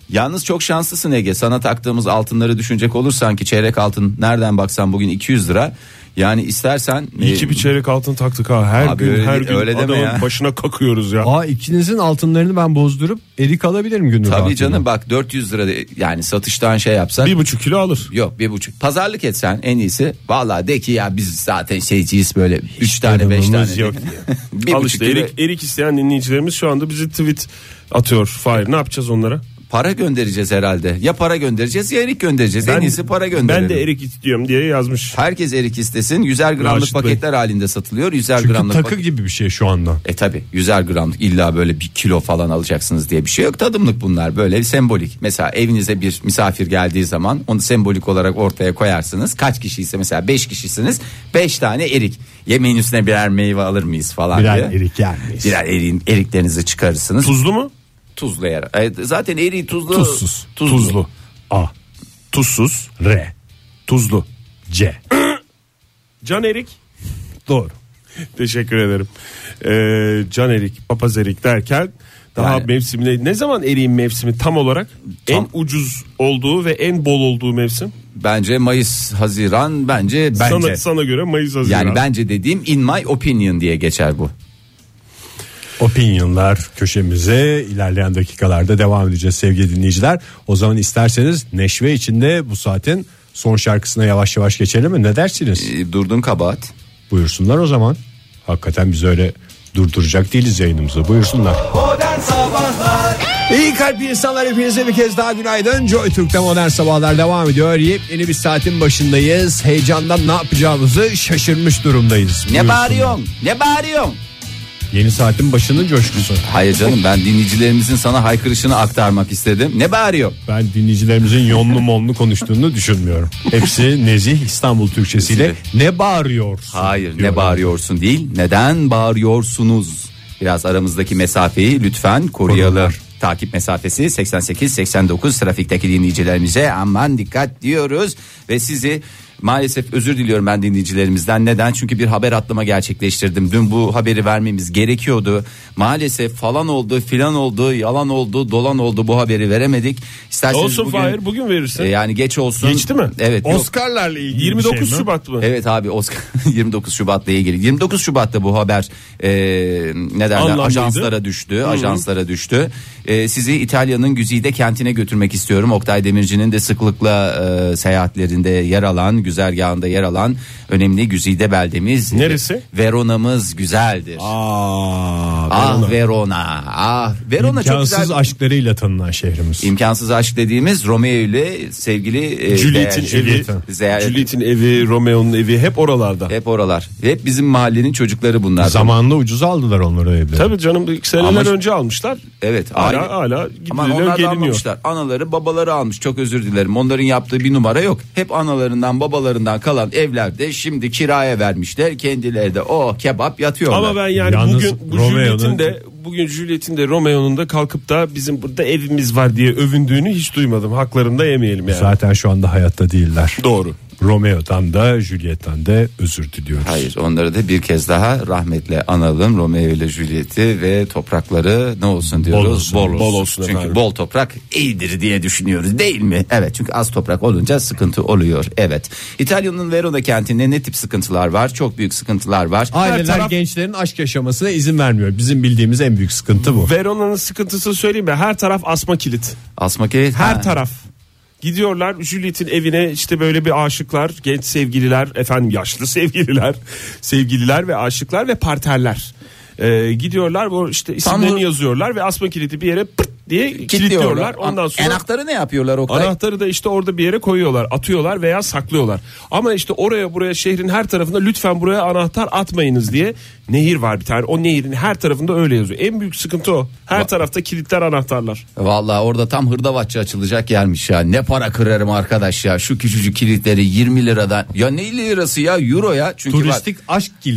Yalnız çok şanslısın Ege. Sana taktığımız altınları düşünecek olursan ki çeyrek altın nereden baksan bugün iki yüz lira. Yani istersen İyi ki bir çeyrek altın taktık ha. Her Abi gün öyle- her gün öyle deme adamın ya. başına kakıyoruz ya. Aa, ikinizin altınlarını ben bozdurup erik alabilirim günlük. tabii altından. canım bak dört yüz lira de- yani satıştan şey yapsak. Bir buçuk kilo alır. Yok bir buçuk. Pazarlık etsen en iyisi. Vallahi de ki ya biz zaten şeyciyiz böyle üç tane beş tane. durumumuz yok bir Al buçuk işte kilo erik, erik isteyen dinleyicilerimiz şu anda bizi tweet atıyor. Fahir, ne yapacağız onlara? para göndereceğiz herhalde. Ya para göndereceğiz ya erik göndereceğiz. en iyisi para gönderelim. Ben de erik istiyorum diye yazmış. Herkes erik istesin. Yüzer gramlık Raşit Bey. paketler halinde satılıyor. Yüzer Çünkü gramlık takı paket- gibi bir şey şu anda. E tabi yüzer gramlık illa böyle bir kilo falan alacaksınız diye bir şey yok. Tadımlık bunlar, böyle sembolik. Mesela evinize bir misafir geldiği zaman onu sembolik olarak ortaya koyarsınız. Kaç kişiyse mesela beş kişisiniz, beş tane erik. Yemeğin üstüne birer meyve alır mıyız falan Birer diye. erik yer miyiz? Birer eriğin, eriklerinizi çıkarırsınız. Tuzlu mu? Tuzlu yer. E, zaten eriği tuzlu. Tuzsuz. Tuzlu. Tuzlu. A, Tuzsuz. R, Tuzlu. C. Can erik. Doğru. Teşekkür ederim. Ee, can erik, papaz erik derken daha Yani- mevsimine, ne zaman eriğin mevsimi tam olarak? Tam- En ucuz olduğu ve en bol olduğu mevsim. Bence Mayıs, Haziran bence. Bence. Sana, sana göre Mayıs, Haziran. Yani bence dediğim in my opinion diye geçer bu. Opinionlar köşemize ilerleyen dakikalarda devam edeceğiz sevgili dinleyiciler. O zaman isterseniz neşve içinde bu saatin son şarkısına yavaş yavaş geçelim mi? Ne dersiniz? E, durdun kabahat. Buyursunlar o zaman. Hakikaten biz öyle durduracak değiliz yayınımızı. Buyursunlar. Modern Sabahlar İyi kalp insanlar, hepinize bir kez daha günaydın. Joy Türk'te Modern Sabahlar devam ediyor. Yepyeni bir saatin başındayız. Heyecandan ne yapacağımızı şaşırmış durumdayız. Ne Buyursunlar. bağırıyorsun? Ne bağırıyorsun? Yeni saatin başının coşkusu. Hayır canım, ben dinleyicilerimizin sana haykırışını aktarmak istedim. Ne bağırıyor? Ben dinleyicilerimizin yonlu monlu konuştuğunu düşünmüyorum. Hepsi nezih İstanbul Türkçesiyle ne bağırıyorsun? Hayır, ne diyorlar. bağırıyorsun değil. Neden bağırıyorsunuz? Biraz aramızdaki mesafeyi lütfen koruyalım. Korunlar. Takip mesafesi seksen sekiz seksen dokuz, trafikteki dinleyicilerimize aman dikkat diyoruz ve sizi maalesef özür diliyorum ben dinleyicilerimizden. Neden? Çünkü bir haber atlama gerçekleştirdim. Dün bu haberi vermemiz gerekiyordu. Maalesef falan oldu, filan oldu, yalan oldu, dolan oldu, bu haberi veremedik. İsterseniz Olsun bugün, Fahir, bugün verirsin. e, yani geç olsun. Geçti mi? Evet. yok. Oscar'larla ilgili yirmi bir dokuz şey mi? Şubat mı? Evet abi, Oscar yirmi dokuz Şubat'la ilgili. yirmi dokuz Şubat'ta bu haber e, ne derler, Anlamlıydı. ajanslara düştü. Ajanslara düştü. E, sizi İtalya'nın güzide kentine götürmek istiyorum. Oktay Demirci'nin de sıklıkla e, seyahatlerinde yer alan, güzergahında yer alan önemli güzide beldemiz. Neresi? Verona'mız güzeldir. Aa, ah Verona. Ah Verona çok İmkansız güzel. aşklarıyla tanınan şehrimiz. İmkansız aşk dediğimiz Romeo ile sevgili e, Juliet'in değerli- evi, Zeya- Juliet'in evi, Romeo'nun evi hep oralarda. hep oralar. Hep bizim mahallenin çocukları bunlar. Zamanında ucuz aldılar onları evde. Tabii canım, seneler Ama- önce almışlar. Evet. Hala aile- hala Ama gidiliyor, onlar da geliniyor. almamışlar. Anaları babaları almış. Çok özür dilerim. Onların yaptığı bir numara yok. Hep analarından babalarından kalan evlerde şimdi kiraya vermişler. Kendileri de o kebap yatıyorlar. Ama ben yani Yalnız bugün bu Romeo'nun- Juliet'in de bugün Juliet'in de Romeo'nun da kalkıp da bizim burada evimiz var diye övündüğünü hiç duymadım. Haklarını da yemeyelim yani. Zaten şu anda hayatta değiller. Doğru. Romeo'dan da Juliet'ten de özür diliyoruz. Hayır, onları da bir kez daha rahmetle analım. Romeo ile Juliet'i ve toprakları ne olsun diyoruz? Bol olsun. Bol olsun. Bol olsun Çünkü efendim. bol toprak iyidir diye düşünüyoruz, değil mi? Evet, çünkü az toprak olunca sıkıntı oluyor. Evet. İtalya'nın Verona kentinde ne tip sıkıntılar var? Çok büyük sıkıntılar var. Aileler taraf- gençlerin aşk yaşamasına izin vermiyor. Bizim bildiğimiz en büyük sıkıntı bu. Verona'nın sıkıntısını söyleyeyim mi? Her taraf asma kilit. Asma kilit. Her Ha. taraf. Gidiyorlar Juliet'in evine, işte böyle bir aşıklar, genç sevgililer, efendim yaşlı sevgililer, sevgililer ve aşıklar ve parterler. Ee, gidiyorlar, bu işte isimlerini Tam- yazıyorlar ve asma kilidi bir yere pırt diye kilitliyorlar. Ondan sonra Anahtarı ne yapıyorlar Oktay? anahtarı da işte orada bir yere koyuyorlar, atıyorlar veya saklıyorlar. Ama işte oraya buraya, şehrin her tarafında lütfen buraya anahtar atmayınız diye nehir var bir tane. O nehirin her tarafında öyle yazıyor. En büyük sıkıntı o. Her Va- tarafta kilitler, anahtarlar. Vallahi orada tam hırdavatçı açılacak yermiş ya. Ne para kırarım arkadaş ya. Şu küçücük kilitleri yirmi liradan. Ya ne lirası ya? Euro ya. Çünkü bak- Turistik aşk kilidi.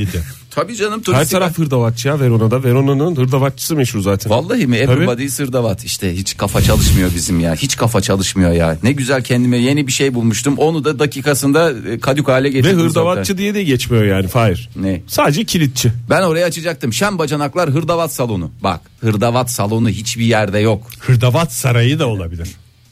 Tabii canım, Her turistik. taraf hırdavatçı ya Verona'da. Verona'nın hırdavatçısı meşhur zaten. Vallahi mi? Everybody hırdavat. İşte hiç kafa çalışmıyor bizim ya. Hiç kafa çalışmıyor ya. Ne güzel kendime yeni bir şey bulmuştum. Onu da dakikasında kadük hale Ve getirdim. hırdavatçı zaten. diye de geçmiyor yani Fahir. Ne? Sadece kilitçi. Ben oraya açacaktım. Şen bacanaklar hırdavat salonu. Bak, hırdavat salonu hiçbir yerde yok. Hırdavat sarayı da olabilir.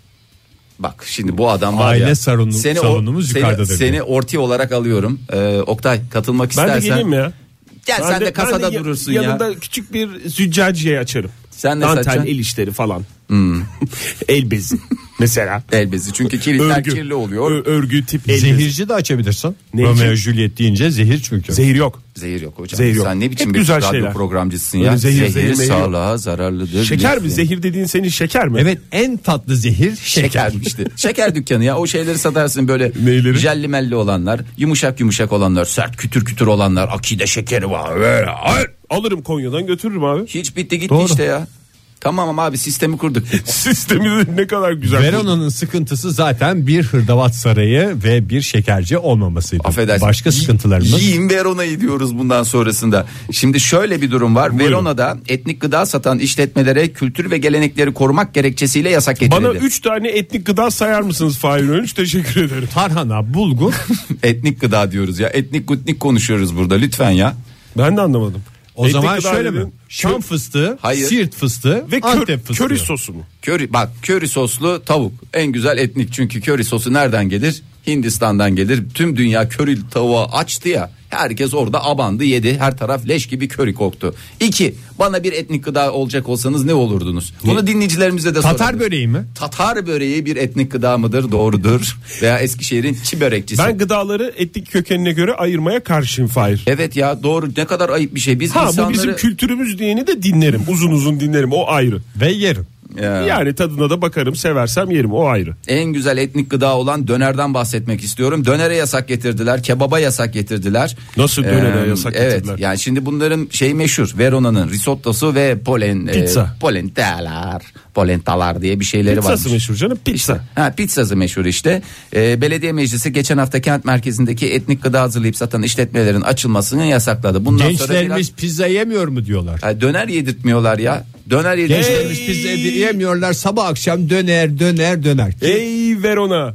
Bak şimdi bu adam var Aile ya. salonu- seni salonumuz seni, yukarıdadır Seni diye. orti olarak alıyorum. Ee, Oktay, katılmak Ben istersen. de geleyim mi ya? Gel Ben sen de, kasada ben de durursun yanında ya. Yanında küçük bir züccaciye açarım. Sen ne Dantel, satacaksın? el işleri falan. Hmm. El bezi mesela. El bezi. Çünkü kilitler Örgü. kirli oluyor. Ö- örgü tip el bezi. Zehirci de açabilirsin. Ne Romeo için? Juliet deyince zehir çünkü. Zehir yok. Zehir yok hocam. Zehir yok. Sen ne biçim Hep bir güzel radyo şeyler. programcısın Öyle ya. zehir, Zehir, zehir, mehir sağlığa zararlıdır. Şeker mi? bilirsin. Zehir dediğin senin şeker mi? Evet, en tatlı zehir şeker. Şeker işte. Şeker dükkanı ya. O şeyleri satarsın böyle. Neyleri? Jelli melli olanlar, yumuşak yumuşak olanlar, sert kütür kütür olanlar, akide şekeri var. Böyle. Hayır. Alırım Konya'dan götürürüm abi. Hiç bitti gitti Doğru. işte ya. Tamam abi, sistemi kurduk. Sistemi de ne kadar güzel. Verona'nın sıkıntısı zaten bir hırdavat sarayı ve bir şekerci olmamasıydı. Affedersin. Başka Y- sıkıntılarımız. Yiyin Verona'yı diyoruz bundan sonrasında. Şimdi şöyle bir durum var. Buyurun. Verona'da etnik gıda satan işletmelere kültür ve gelenekleri korumak gerekçesiyle yasak getirildi. Bana üç tane etnik gıda sayar mısınız Fahir Önç? Teşekkür ederim. Tarhana, bulgur. Etnik gıda diyoruz ya. Etnik gutnik konuşuyoruz burada lütfen ya. Ben de anlamadım. O Etnik zaman gıda şöyle mi? dedin, Şam fıstığı, Hayır. Siirt fıstığı Ve Antep kör, fıstığı. köri sosu mu? Köri, bak köri soslu tavuk en güzel etnik, çünkü köri sosu nereden gelir? Hindistan'dan gelir. Tüm dünya köri tavuğa açtı ya. Herkes orada abandı yedi. Her taraf leş gibi köri koktu. İki, bana bir etnik gıda olacak olsanız ne olurdunuz? Bunu dinleyicilerimize de soralım. Tatar böreği mi? Tatar böreği bir etnik gıda mıdır? Doğrudur. Veya Eskişehir'in çi börekçisi. Ben gıdaları etnik kökenine göre ayırmaya karşıyım Fahir. Evet ya, doğru, ne kadar ayıp bir şey. Biz Ha insanları... bu bizim kültürümüz diyeni de dinlerim. Uzun uzun dinlerim, o ayrı. Ve yerim. Ya. Yani tadına da bakarım, seversem yerim, o ayrı. En güzel etnik gıda olan dönerden bahsetmek istiyorum. Dönere yasak getirdiler, kebaba yasak getirdiler. Nasıl dönere yasak evet, getirdiler? yani şimdi bunların şey meşhur. Verona'nın risottosu ve polen Pizza. E, polentalar, polentalar diye bir şeyleri var. Pizzası meşhur canım, pizza. Ha, pizzası meşhur işte. Ee, belediye meclisi geçen hafta kent merkezindeki etnik gıda hazırlayıp satan işletmelerin açılmasını yasakladı. Bundan sonra Gençlerimiz biraz... pizza yemiyor mu diyorlar. Ha, döner yedirtmiyorlar ya. Döner yedirtmiyorlar. Gençlerimiz pizza yemiyorlar, sabah akşam döner döner döner. Ey Verona.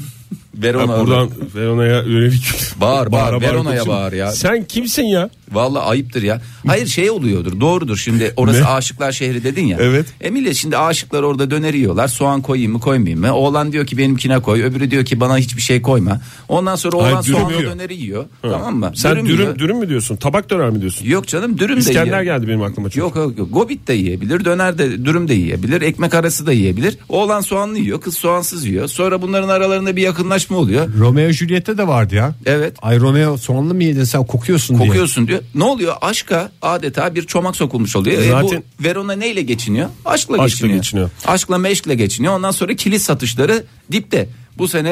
Verona Ya buradan Verona'ya yönelik. Bağır, bağır, Bağıra Verona'ya konuşayım. bağır ya. Sen kimsin ya? Vallahi ayıptır ya. Hayır, şey oluyordur, doğrudur, şimdi orası Ne? aşıklar şehri dedin ya. Evet. E millet şimdi aşıklar orada döner yiyorlar. Soğan koyayım mı koymayayım mı? Oğlan diyor ki benimkine koy. Öbürü diyor ki bana hiçbir şey koyma. Ondan sonra oğlan Hayır, dürüm soğanlı yiyor. döneri yiyor. Tamam mı? Sen dürüm dürüm, yiyor. mü diyorsun? Tabak döner mi diyorsun? Yok canım, dürüm de İskender yiyor. geldi benim aklıma çünkü. Yok yok yok. Gobit de yiyebilir, döner de, dürüm de yiyebilir, ekmek arası da yiyebilir. Oğlan soğanlı yiyor, kız soğansız yiyor. Sonra bunların aralarında bir yakınlaşma oluyor. Romeo Juliet'te de vardı ya. Evet. Ay Romeo soğanlı mı yedin sen, kokuyorsun diye. Kokuyorsun diyor. Ne oluyor? Aşka adeta bir çomak sokulmuş oluyor. Zaten- E bu Verona neyle geçiniyor? Aşkla, Aşkla geçiniyor. geçiniyor. Aşkla meşkle geçiniyor. Ondan sonra kilit satışları dipte. Bu sene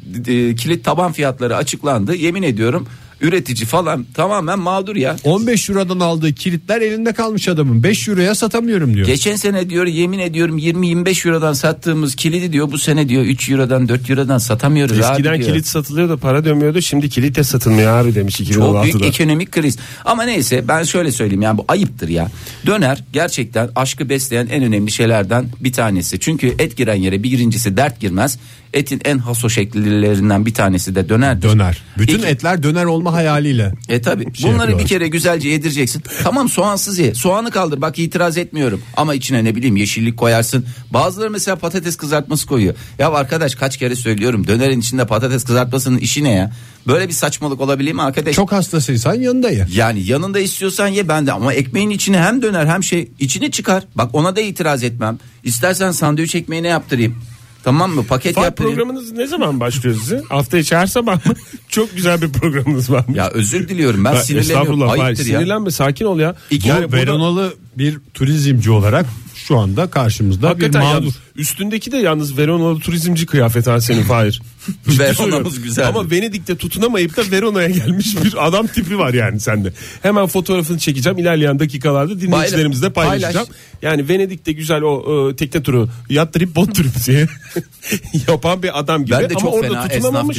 e, kilit taban fiyatları açıklandı. Yemin ediyorum üretici falan tamamen mağdur ya. on beş Euro'dan aldığı kilitler elinde kalmış adamın. beş Euro'ya satamıyorum diyor. Geçen sene diyor, yemin ediyorum yirmi yirmi beş Euro'dan sattığımız kilidi diyor bu sene diyor üç Euro'dan dört Euro'dan satamıyoruz Eskiden abi diyor. kilit satılıyor da para dönmüyordu. Şimdi kilit de satılmıyor abi demiş iki bin on altıda. Çok büyük ekonomik kriz. Ama neyse, ben şöyle söyleyeyim, yani bu ayıptır ya. Döner gerçekten aşkı besleyen en önemli şeylerden bir tanesi. Çünkü et giren yere bir birincisi dert girmez. Etin en haso şekillerinden bir tanesi de dönerdir. Döner. Bütün İki- etler döner olma hayaliyle. E tabi şey bunları yapıyorlar. bir kere güzelce yedireceksin. Tamam, soğansız ye. Soğanı kaldır, bak itiraz etmiyorum. Ama içine ne bileyim yeşillik koyarsın. Bazıları mesela patates kızartması koyuyor. Ya arkadaş, kaç kere söylüyorum, dönerin içinde patates kızartmasının işi ne ya? Böyle bir saçmalık olabilir mi arkadaş? Çok hastasıysan yanında ye. Yani yanında istiyorsan ye, ben de, ama ekmeğin içine hem döner hem şey içine çıkar. Bak ona da itiraz etmem. İstersen sandviç ekmeğine yaptırayım. Tamam mı? Paket Fahir, yaptırayım. programınız ne zaman başlıyor size? Hafta içi her sabah mı? Çok güzel bir programınız var. Ya özür diliyorum, ben Ha, sinirleniyorum. estağfurullah Fahir, Ayıptır ya. sinirlenme, sakin ol ya. İki- Yani Bu burada- Veronalı bir turizmci olarak şu anda karşımızda Hakikaten bir mağdur. yalnız, üstündeki de yalnız Veronalı turizmci kıyafeti ha senin Fahir. Ciddi Verona'mız söylüyorum. güzeldi. Ama Venedik'te tutunamayıp da Verona'ya gelmiş bir adam tipi var yani sende. Hemen fotoğrafını çekeceğim, ilerleyen dakikalarda dinleyicilerimizle paylaşacağım. Paylaş. Yani Venedik'te güzel o e, tekne turu, yat trip, bot trip diye yapan bir adam gibi. Ben de Ama çok orada fena tutunamamış esnaf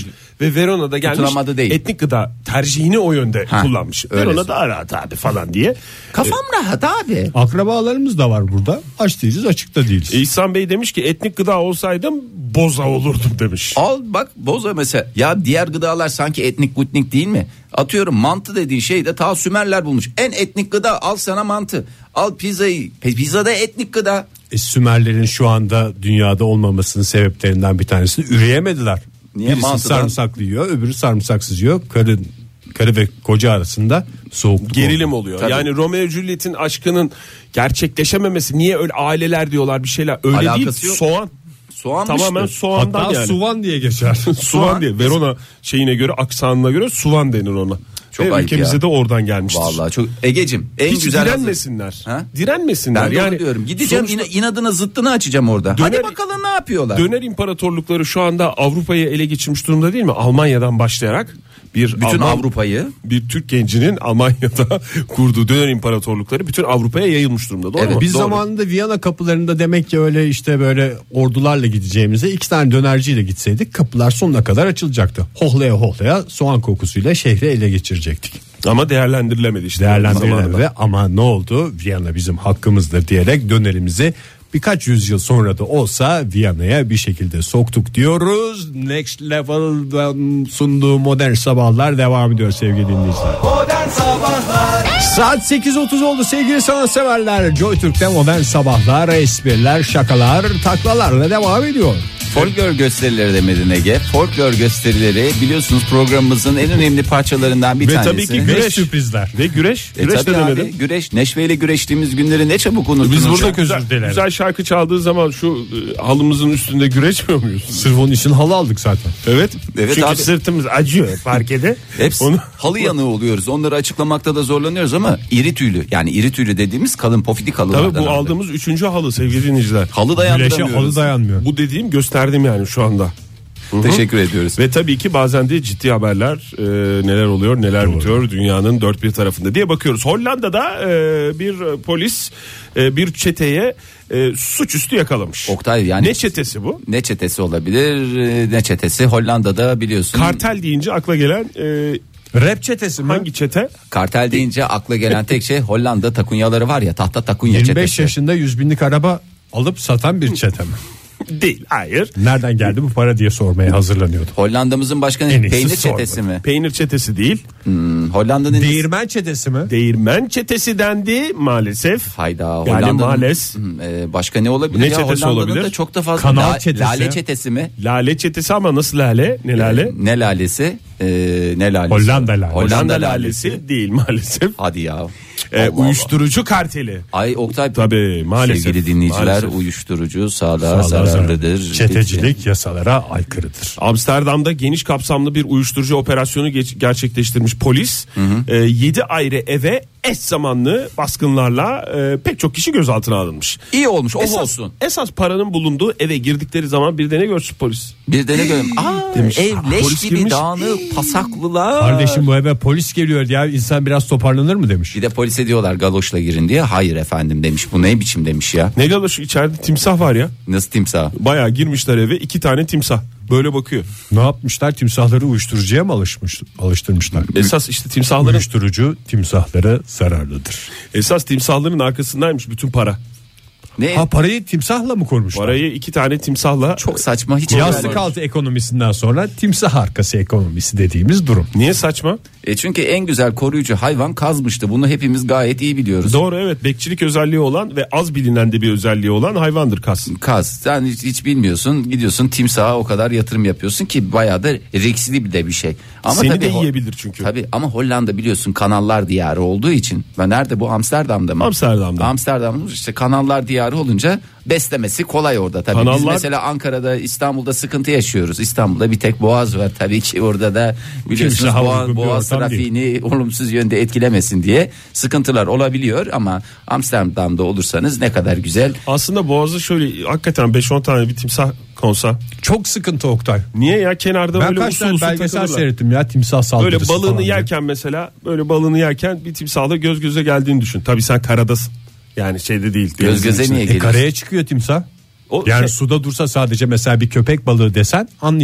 ve Verona'da gelmiş Tutunamadı değil. etnik gıda tercihini o yönde Ha, kullanmış. öyle. Verona daha rahat abi falan diye. Kafam rahat abi. Akrabalarımız da var burada. Aç değiliz, açıkta değiliz. E, İhsan Bey demiş ki etnik gıda olsaydım boza olurdum demiş. Al bak boza mesela. Ya diğer gıdalar sanki etnik gutnik değil mi? Atıyorum mantı dediğin şey de ta Sümerler bulmuş. En etnik gıda, al sana mantı. Al pizzayı. Pizza da etnik gıda. E, Sümerlerin şu anda dünyada olmamasının sebeplerinden bir tanesi üreyemediler. Niye? Birisi Mantıdan- sarımsaklı yiyor, öbürü sarımsaksız yiyor. Karı, karı ve koca arasında soğukluk Gerilim oldu. oluyor. Tabii. Yani Romeo Juliet'in aşkının gerçekleşememesi, niye öyle aileler diyorlar bir şeyler, öyle Alakası değil. yok. Soğan. Soğanmış Tamamen bu. soğandan Hatta yani. suvan diye geçer. Suvan diye. Verona şeyine göre, aksanına göre suvan denir ona. Çok Ve ayıp ülkemize ya. de oradan gelmiştir. Vallahi çok Egecim en Hiç güzel direnmesinler. Ha? Direnmesinler. Ben de yani onu diyorum. Gideceğim sonuçta yine inadına zıttını açacağım orada. Döner- Hadi bakalım ne yapıyorlar. döner imparatorlukları şu anda Avrupa'yı ele geçirmiş durumda değil mi? Almanya'dan başlayarak bir Bütün Alman- Avrupa'yı. bir Türk gencinin Almanya'da kurduğu döner imparatorlukları bütün Avrupa'ya yayılmış durumda. Doğru Evet, mu? Biz Doğru. zamanında Viyana kapılarında demek ki öyle işte böyle ordularla gideceğimize iki tane dönerciyle gitseydik kapılar sonuna kadar açılacaktı. Hohlaya hohlaya soğan kokusuyla şehri ele geçirecektik. Ama değerlendirilemedi işte. zamanında. Değerlendirilemedi ama ne oldu? Viyana bizim hakkımızdır diyerek dönerimizi birkaç yüzyıl sonra da olsa Viyana'ya bir şekilde soktuk diyoruz. Next Level'dan sunduğu Modern Sabahlar devam ediyor sevgili dinleyiciler. Modern Sabahlar Saat sekiz otuz oldu sevgili sanatseverler. Joy Türk'te Modern Sabahlar, espriler, şakalar, taklalarla devam ediyor. Folklor gösterileri demedin Ege. Folklor gösterileri biliyorsunuz programımızın en önemli parçalarından bir Ve tanesi. tabii ki Ve güreş. sürprizler. Ve güreş. E Güreş tabii de abi, demedin. güreş. Neşveyle güreştiğimiz günleri ne çabuk unutunuz. Biz burada Çok özür güzel, dilerim. güzel şarkı çaldığı zaman şu e, halımızın üstünde güreşmiyor muyuz? Sırf onun için halı aldık zaten. Evet. Evet Çünkü abi. sırtımız acıyor parkede. Hepsi Onu halı yanığı oluyoruz. Onları açıklamakta da zorlanıyoruz ama iri tüylü. Yani iri tüylü dediğimiz kalın pofidi halılardan. tabii bu abi. aldığımız üçüncü halı sevgili dinleyiciler. Halı Güreşe dayandıramıyoruz. halı dayanmıyor. Bu dediğim gösterdim yani şu anda. Teşekkür ediyoruz. Ve tabii ki bazen de ciddi haberler, e, neler oluyor neler bitiyor dünyanın dört bir tarafında diye bakıyoruz. Hollanda'da e, bir polis e, bir çeteye e, suçüstü yakalamış. Oktay, yani- ne çetesi bu? Ne çetesi olabilir? e, Ne çetesi? Hollanda'da biliyorsun. Kartel deyince akla gelen e, Rap çetesi mi? hangi çete? Kartel deyince akla gelen tek şey Hollanda takunyaları var ya, tahta takunya yirmi beş çetesi. yaşında yüz binlik araba alıp satan bir çete mi? Değil, hayır. Nereden geldi bu para diye sormaya hazırlanıyordum. Hollanda'mızın başkanı En iyisi peynir sorma. çetesi mi? Peynir çetesi değil. Hmm, Hollanda'nın Değirmen çetesi mi? Değirmen çetesi dendi maalesef. Hayda, Yani Hollanda'nın maalesef. Hmm, e, başka ne olabilir Ne ya? çetesi Hollanda'nın olabilir? da çok da fazla Kanal La- çetesi. lale çetesi mi? Lale çetesi ama nasıl lale? Ne lale? Ne lalesi? E, ne lalesi? Hollanda lalesi. Hollanda Hollanda lalesi. lalesi değil maalesef. Hadi ya. Ee, Allah uyuşturucu karteli. Ay Oktay, Tabii, maalesef. sevgili dinleyiciler, Maalesef. uyuşturucu sağlığa Sağlığa zararlıdır. zararlı. Çetecilik yasalara aykırıdır. Amsterdam'da geniş kapsamlı bir uyuşturucu operasyonu geç- gerçekleştirmiş polis. Ee, yedi ayrı eve eş zamanlı baskınlarla e, pek çok kişi gözaltına alınmış. İyi olmuş, o Esas, olsun. esas paranın bulunduğu eve girdikleri zaman bir de ne görsün polis? Bir de ne göreyim? Aa, Demiş. ev leş Polis gibi girmiş. dağınık, pasaklılar. Kardeşim bu eve polis geliyor ya, insan biraz toparlanır mı demiş. Bir de polise diyorlar galoşla girin diye. Hayır efendim demiş. Bu ne biçim demiş ya. Ne galoş, içeride timsah var ya. Nasıl timsah? Bayağı girmişler eve, iki tane timsah. Böyle bakıyor. Ne yapmışlar? Timsahları uyuşturucuya mı alışmış, alıştırmışlar? Esas işte timsahların Uyuşturucu timsahlara zararlıdır. esas timsahların arkasındaymış bütün para. Ne? Ha, parayı timsahla mı korumuşlar? Parayı iki tane timsahla. Çok saçma. Hiç Yastık öyle- altı ekonomisinden sonra timsah arkası ekonomisi dediğimiz durum. Niye saçma? E çünkü en güzel koruyucu hayvan kazmıştı. Bunu hepimiz gayet iyi biliyoruz. Doğru, evet, bekçilik özelliği olan ve az bilinen de bir özelliği olan hayvandır kas. Kaz. Sen hiç, hiç bilmiyorsun. Gidiyorsun timsaha o kadar yatırım yapıyorsun ki bayağı da riskli bir de bir şey. Ama Seni tabii de Ho- yiyebilir çünkü. Tabii ama Hollanda biliyorsun kanallar diyarı olduğu için. Ben nerede bu, Amsterdam'da mı? Amsterdam'da. Amsterdam'da işte kanallar diyarı olunca beslemesi kolay orada tabii. Biz Kanallar- mesela Ankara'da, İstanbul'da sıkıntı yaşıyoruz. İstanbul'da bir tek Boğaz var tabii ki, orada da biliyorsunuz Timsaha Boğaz, uygun bir Boğaz ortam değil. trafiğini olumsuz yönde etkilemesin diye sıkıntılar olabiliyor ama Amsterdam'da olursanız ne kadar güzel. Aslında boğazı şöyle hakikaten beş on tane bir timsah konsa. Çok sıkıntı Oktay. Niye ya, kenarda Ben böyle kaç usul tane usul belgesel takılırlar. seyrettim ya, timsah saldırısı Böyle balığını falan diye. yerken mesela, böyle balığını yerken bir timsahla göz göze geldiğini düşün. Tabii sen karadasın. Yani şeyde değil. Göz denizin göze içinde. niye E, geliyorsun? karaya çıkıyor timsah. O Yani şey- suda dursa sadece mesela bir köpek balığı desen anlayacağım.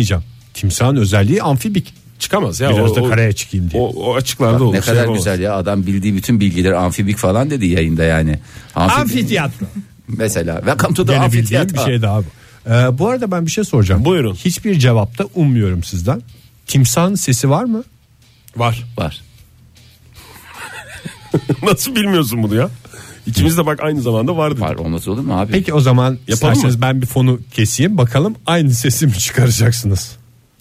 timsahın özelliği amfibik. Çıkamaz ya. Biraz o, da karaya çıkayım diye. O, o açıklarda olur. Ne kadar şey güzel ya, adam bildiği bütün bilgileri amfibik falan dedi yayında yani. Amfibik, Amfiteyatro. mesela welcome to the Gene bildiğim amfiteyatro. bir şey daha bu. Ee, bu arada ben bir şey soracağım. Buyurun. Hiçbir cevapta ummuyorum sizden. Timsahın sesi var mı? Var. Var. Nasıl bilmiyorsun bunu ya? İkimiz de bak aynı zamanda vardı. Var, olmaz olur mu abi? Peki o zaman Yapalım isterseniz mı? ben bir fonu keseyim, bakalım aynı sesi mi çıkaracaksınız?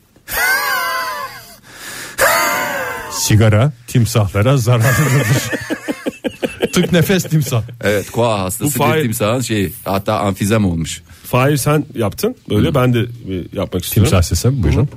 Sigara timsahlara zararlıdır. Tık nefes timsah. Evet, koa hastası Bu bir Fahir- timsahın şeyi, hatta amfizem olmuş. Fahir sen yaptın. Böyle ben de e, yapmak istiyorum. Timsah sesi buyurun.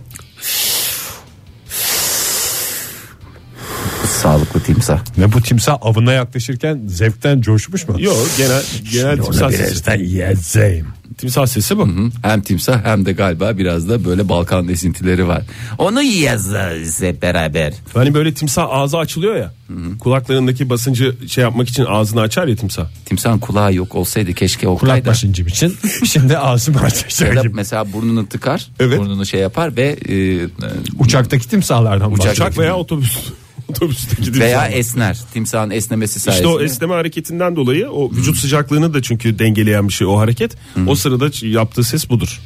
Sağlıklı timsah. Ne bu timsah avına yaklaşırken zevkten coşmuş mu? Yok, genel genel timsah sesi. da yiyeceğim. Timsah sesi bu. Hı, hem timsah hem de galiba biraz da böyle Balkan esintileri var. Onu yiyeceğiz hep beraber. Hani böyle timsah ağzı açılıyor ya. Kulaklarındaki basıncı şey yapmak için ağzını açar ya timsah. Timsahın kulağı yok olsaydı keşke Kulak Oktay'da. başıncım için şimdi ağzımı Ya açacağım da gibi. mesela burnunu tıkar, Evet. burnunu şey yapar ve e, e, Uçaktaki timsahlardan Uçak- bahsediyorum. Uçak veya otobüs. Otobüsteki timsah. veya esner. Timsahın esnemesi sayesinde. İşte o esneme hareketinden dolayı o vücut sıcaklığını da çünkü dengeleyen bir şey o hareket. O sırada ç- yaptığı ses budur.